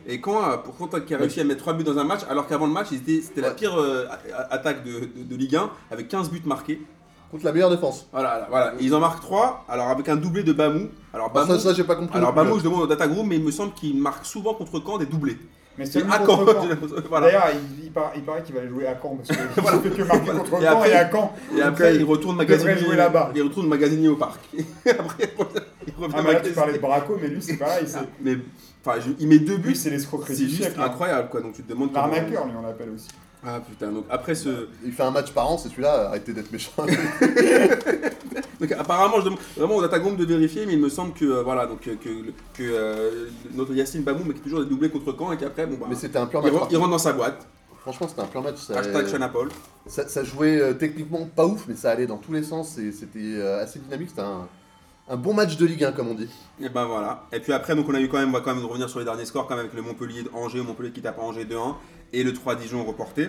Et quand, euh, pour quand qui a réussi à mettre trois buts dans un match, alors qu'avant le match, ils étaient- c'était la Ouais. pire euh, a- a- attaque de, de- de Ligue un, avec quinze buts marqués. Contre la meilleure défense. Voilà, voilà. Et ils en marquent trois, alors avec un doublé de Bamou. Alors Ah, Bamou, ça, ça j'ai pas compris. alors non plus. Bamou, je demande au Data Group, mais il me semble qu'il marque souvent contre Caen des doublés. Mais Et c'est à contre Caen, Caen. j'ai l'impression- voilà. D'ailleurs, il, il, par- il paraît qu'il va aller jouer à Caen parce qu'il Voilà. ne fait que marquer contre Et Caen après- et à Caen. Et après, il retourne devrait magasiner, jouer là-bas. il retourne magasiner au parc. Et après, il revient, il revient Ah, mais là, tu magasiner. parlais de Braco, mais lui, c'est pareil. C'est... Ah, mais enfin, je- il met deux buts, Lui, c'est l'escroquerie c'est du juste siècle. hein. incroyable quoi. Donc tu te demandes comment- L'arnaqueur, lui, on l'appelle aussi. Ah putain. Donc après ce, Il fait un match par an, c'est celui-là, arrêtez d'être méchant. donc apparemment je demande vraiment au Data Group de vérifier, mais il me semble que euh, voilà donc euh, que, que euh, notre Yacine Bamou mais qui est toujours des doublés contre Caen et qu'après bon bah Mais c'était un pur il, match. re- par il rentre dans sa boîte. Franchement, c'était un pur match. Ça, Hashtag Chanapol. ça, ça jouait euh, techniquement pas ouf, mais ça allait dans tous les sens et c'était euh, assez dynamique. C'était un, un bon match de Ligue un, comme on dit. Et ben voilà. Et puis après donc on a eu quand même on va quand même revenir sur les derniers scores quand même avec le Montpellier Angers, Montpellier qui tape à Angers deux un et le trois Dijon reporté.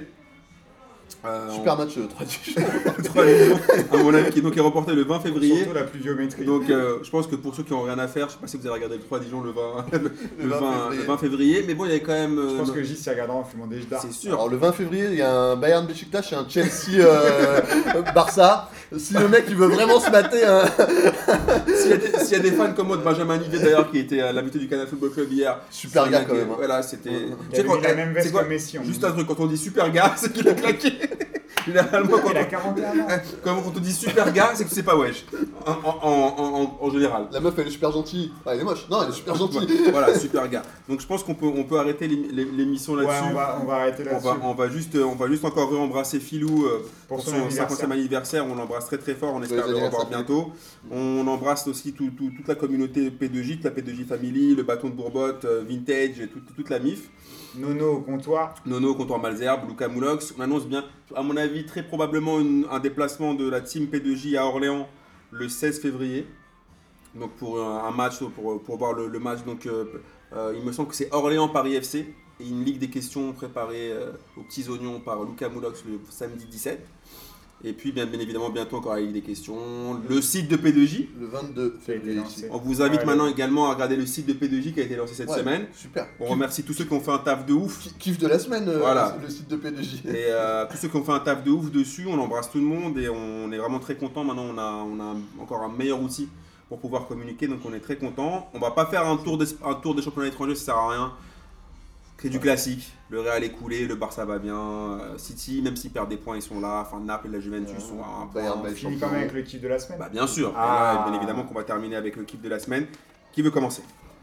Euh, Super match, euh, trois Dijon. on- trois Dijon, à mon avis qui donc est reporté le vingt février. Surtout la pluviométrie. Donc euh, je pense que pour ceux qui n'ont rien à faire, je sais pas si vous avez regardé le trois Dijon le vingt, le, Le vingt vingt, février. le vingt février, mais bon il y avait quand même. Je euh, pense que Gis s'y regardera en fumant des jdards. c'est sûr. Alors, le vingt février, il y a un Bayern Beşiktaş et un Chelsea euh, Barça. Si le mec il veut vraiment se mater, hein, S'il y, a des- s'il y a des fans comme moi de Benjamin Nivet d'ailleurs qui était à l'invité du Canal Football Club hier. super c'est gars un quand qui- même. hein. Voilà, c'était. Ouais. Tu Il sais avait quoi, mis la eh, même c'est veste quoi que Messi. on Juste dit. un truc, quand on dit super gars, c'est qu'il a claqué. Généralement, quand, Il a on, quarante et un ans. quand on te dit super gars, c'est que tu sais pas wesh. En, en, en, en- en général. La meuf elle est super gentille. Ah, elle est moche. Non, elle est super gentille. Voilà, super gars. Donc je pense qu'on peut, on peut arrêter l'ém- l'ém- l'émission Ouais, là-dessus. on va, on va arrêter On là-dessus. va, on, va juste, on va juste encore embrasser Philou euh, Pour pour son son anniversaire. cinquantième anniversaire. On l'embrasse très très fort. On espère Joyeux le revoir anniversaire, bientôt. On embrasse aussi tout- tout- toute la communauté P deux J, toute la P deux J Family, le bâton de Bourbotte, euh, Vintage, et toute, toute la M I F. Nono au comptoir. Nono, Comptoir Malzerbe, Luca Moulox. On annonce bien, à mon avis, très probablement une- un déplacement de la team P deux J à Orléans le seize février. Donc pour un, un match, pour, pour voir le, le match. Donc euh, euh, il me semble que c'est Orléans-Paris F C. Et une ligue des questions préparée euh, aux petits oignons par Luca Moulox le samedi dix-sept. Et puis bien, bien évidemment bientôt encore la ligue des questions. Le site de P deux J. Le vingt-deux Ça a été février. lancé. On vous invite Ouais, maintenant le- également à regarder le site de P deux J qui a été lancé cette Ouais, semaine. Super. On Kiff- remercie tous ceux qui ont fait un taf de ouf. ki- Kiff de la semaine, euh, Voilà. le site de P deux J. Et euh, tous ceux qui ont fait un taf de ouf dessus, on embrasse tout le monde et on est vraiment très content. Maintenant, on a, on a un- encore un meilleur outil pour pouvoir communiquer, donc on est très content. On va pas faire un tour des, un tour des championnats étrangers, ça sert à rien. C'est du classique. Le Real est coulé, le Barça va bien. euh, City, même s'ils perdent des points, ils sont là. Enfin, Naples et la Juventus Euh, sont à un Bayern, point. Bayern. On finit quand même avec le kiff de la semaine. Bah, bien sûr. Ah. Et là, bien évidemment qu'on va terminer avec le kiff de la semaine. Qui veut commencer?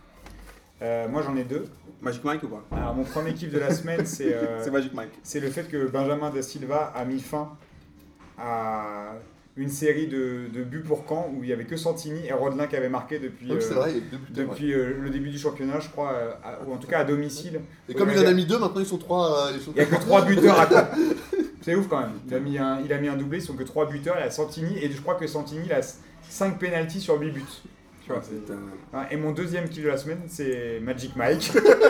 Euh, moi j'en ai deux. Magic Mike ou pas? Alors mon premier kiff de la semaine c'est euh, C'est Magic Mike. c'est le fait que Benjamin Da Silva a mis fin à une série de, de buts pour Caen où il n'y avait que Santini et Rodelin qui avait marqué depuis, Donc, c'est euh, vrai, il y a deux buteurs, ouais. depuis euh, le début du championnat, je crois, euh, à- ou en tout cas à domicile. Et comme il en a mis deux, maintenant ils sont trois. euh, ils sont- Il n'y a que trois buteurs à Caen. C'est ouf quand même. Il a mis un, il a mis un doublé, ils sont que trois buteurs. Il y a Santini et je crois que Santini il a cinq pénaltys sur huit buts. Tu vois, c'est- Putain. Hein, et mon deuxième kiff de la semaine, c'est Magic Mike.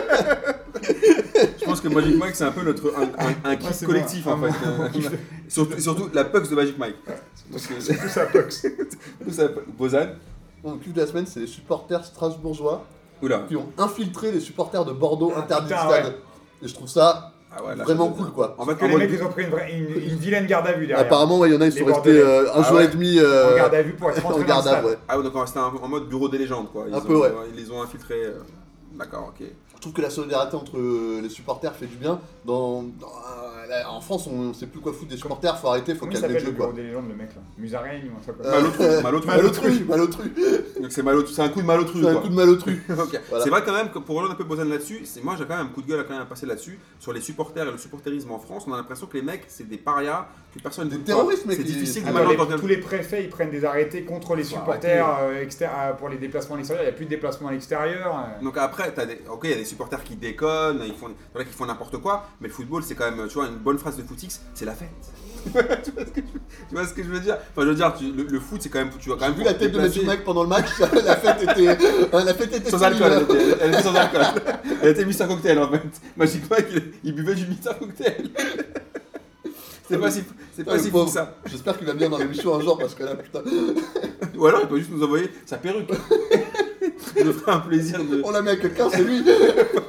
Je pense que Magic Mike, c'est un peu notre un, un- un kiff Ouais, c'est collectif moi. en fait. Ah, Euh, kiff. surtout, surtout la Pucks de Magic Mike. Parce que- C'est tout ça, Pox. Tout ça, Bozan. Mon kiff de la semaine, c'est les supporters strasbourgeois Oula. qui ont infiltré les supporters de Bordeaux Ah, interdits du putain, stade. ouais. Et je trouve ça Ah ouais, là, vraiment je- cool, quoi. En fait, Que en les mode- mecs, ils ont pris une, vraie- une, une vilaine garde à vue derrière. Apparemment, ouais, il y en a, ils Les sont restés Bordelais. euh, un Ah jour ouais. et demi euh, En garde à vue pour être en rentré dans le garde à stade. vue, ouais. Ah ouais, donc c'était un- en mode bureau des légendes quoi. Ils Un ont, peu, ouais. Ils les ont infiltrés. euh, D'accord, ok. Je trouve que la solidarité entre euh, les supporters fait du bien. Dans, dans, euh, là, en France, on sait plus quoi foutre des supporters, faut arrêter, faut Comment il calmer le s'appelle jeu, le bureau quoi. des légendes, le mec là Musaraigne ou un truc comme Euh, ça. Malotru, malotru. Malotru, malotru. Donc c'est malotru, c'est un coup de malotru C'est un quoi. coup de malotru. Ok. Voilà. C'est vrai quand même que pour rejoindre un peu Bozan là-dessus, c'est moi j'ai quand même un coup de gueule à quand même à passer là-dessus sur les supporters et le supporterisme en France. On a l'impression que les mecs c'est des parias, que personne Des ne terroristes, mec, C'est ils- difficile de Ah, maintenant les- dans tous les préfets ils prennent des arrêtés contre les Faut supporters euh, exter- euh, pour les déplacements à l'extérieur. Il n'y a plus de déplacements à l'extérieur. euh. Donc après, t'as des... ok, il y a des supporters qui déconnent, ils font, il y en a qui font n'importe quoi, mais le football, c'est quand même, tu vois, une bonne phrase de footix, c'est la fête. tu, vois ce que je... tu vois ce que je veux dire? Enfin, je veux dire, tu- le, le foot, c'est quand même, tu vas quand J'ai même vu la tête de déplacer- Magic Mike pendant le match, la fête était. hein, la fête était Sans finie, alcool, là. elle était, elle était sans alcool. Elle était mister cocktail en fait. Magic Mike, il, il buvait du mister cocktail. C'est pas si, c'est Ah, pas le si fou pauvre. que ça. J'espère qu'il va bien dans l'émission un jour parce que là, putain, Ou alors, il peut juste nous envoyer sa perruque. Il nous ferait un plaisir de. on l'a mis à quelqu'un, c'est lui.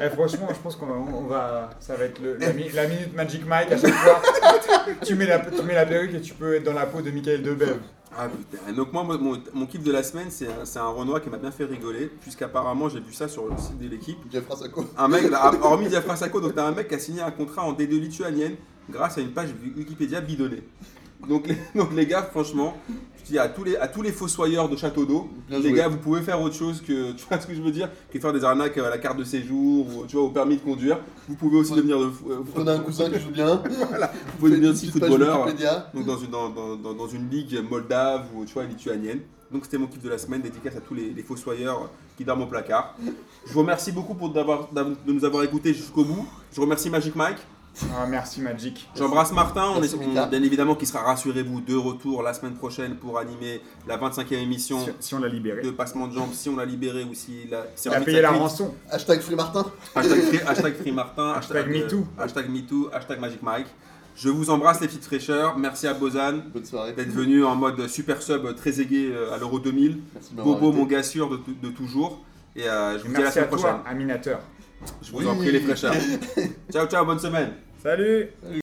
Eh, franchement, je pense qu'on va, on va, ça va être le- la, mi- la minute Magic Mike à chaque fois. tu, mets la, tu mets la perruque et tu peux être dans la peau de Michael Debève. Ah putain, donc moi, mon, mon kiff de la semaine, c'est un, c'est un Renoir qui m'a bien fait rigoler, puisqu'apparemment j'ai vu ça sur le site de l'équipe. Diafra Sako. Un mec, là, hormis Diafra Sako, donc t'as un mec qui a signé un contrat en D deux lituanienne grâce à une page Wikipédia bidonnée. Donc les, donc les gars, franchement, je dis à tous les, à tous les fossoyeurs de Château d'Eau, Bien les joué. gars, vous pouvez faire autre chose que, tu vois ce que je veux dire, que de faire des arnaques à la carte de séjour ou tu vois, au permis de conduire. Vous pouvez aussi devenir de, euh, Vous prenez un cousin qui joue bien. voilà, vous pouvez devenir aussi Petite page footballeur. Wikipédia. Donc dans une, dans, dans, dans- dans une ligue moldave ou tu vois, lituanienne. Donc c'était mon kiff de la semaine, dédicace à tous les, les fossoyeurs qui dorment au placard. Je vous remercie beaucoup pour d'avoir, d'avoir- de nous avoir écoutés jusqu'au bout. Je remercie Magic Mike. Ah, merci Magic. J'embrasse Martin, on Merci, est, on- Mika. bien évidemment qui sera, rassurez-vous, de retour la semaine prochaine pour animer la vingt-cinquième émission Si, si on l'a libéré. de Passement de Jambes, si on l'a libéré ou si la, si Il a envie de payé la sa cuite. rançon. Hashtag Free Martin. Hashtag, free, hashtag Free Martin, Hashtag euh, MeToo. hashtag MeToo, hashtag Magic Mike. Je vous embrasse les petites fraîcheurs, merci à Bozan Bonne soirée. d'être venu en mode super sub très aigué euh, à l'Euro deux mille. Merci de m'avoir Bobo, invité. mon gars sûr de, de toujours. Et euh, je Et vous dis à la merci à semaine prochaine. toi, Aminateur. Je vous Oui. en prie les fraîcheurs. Ciao ciao, bonne semaine. Salut.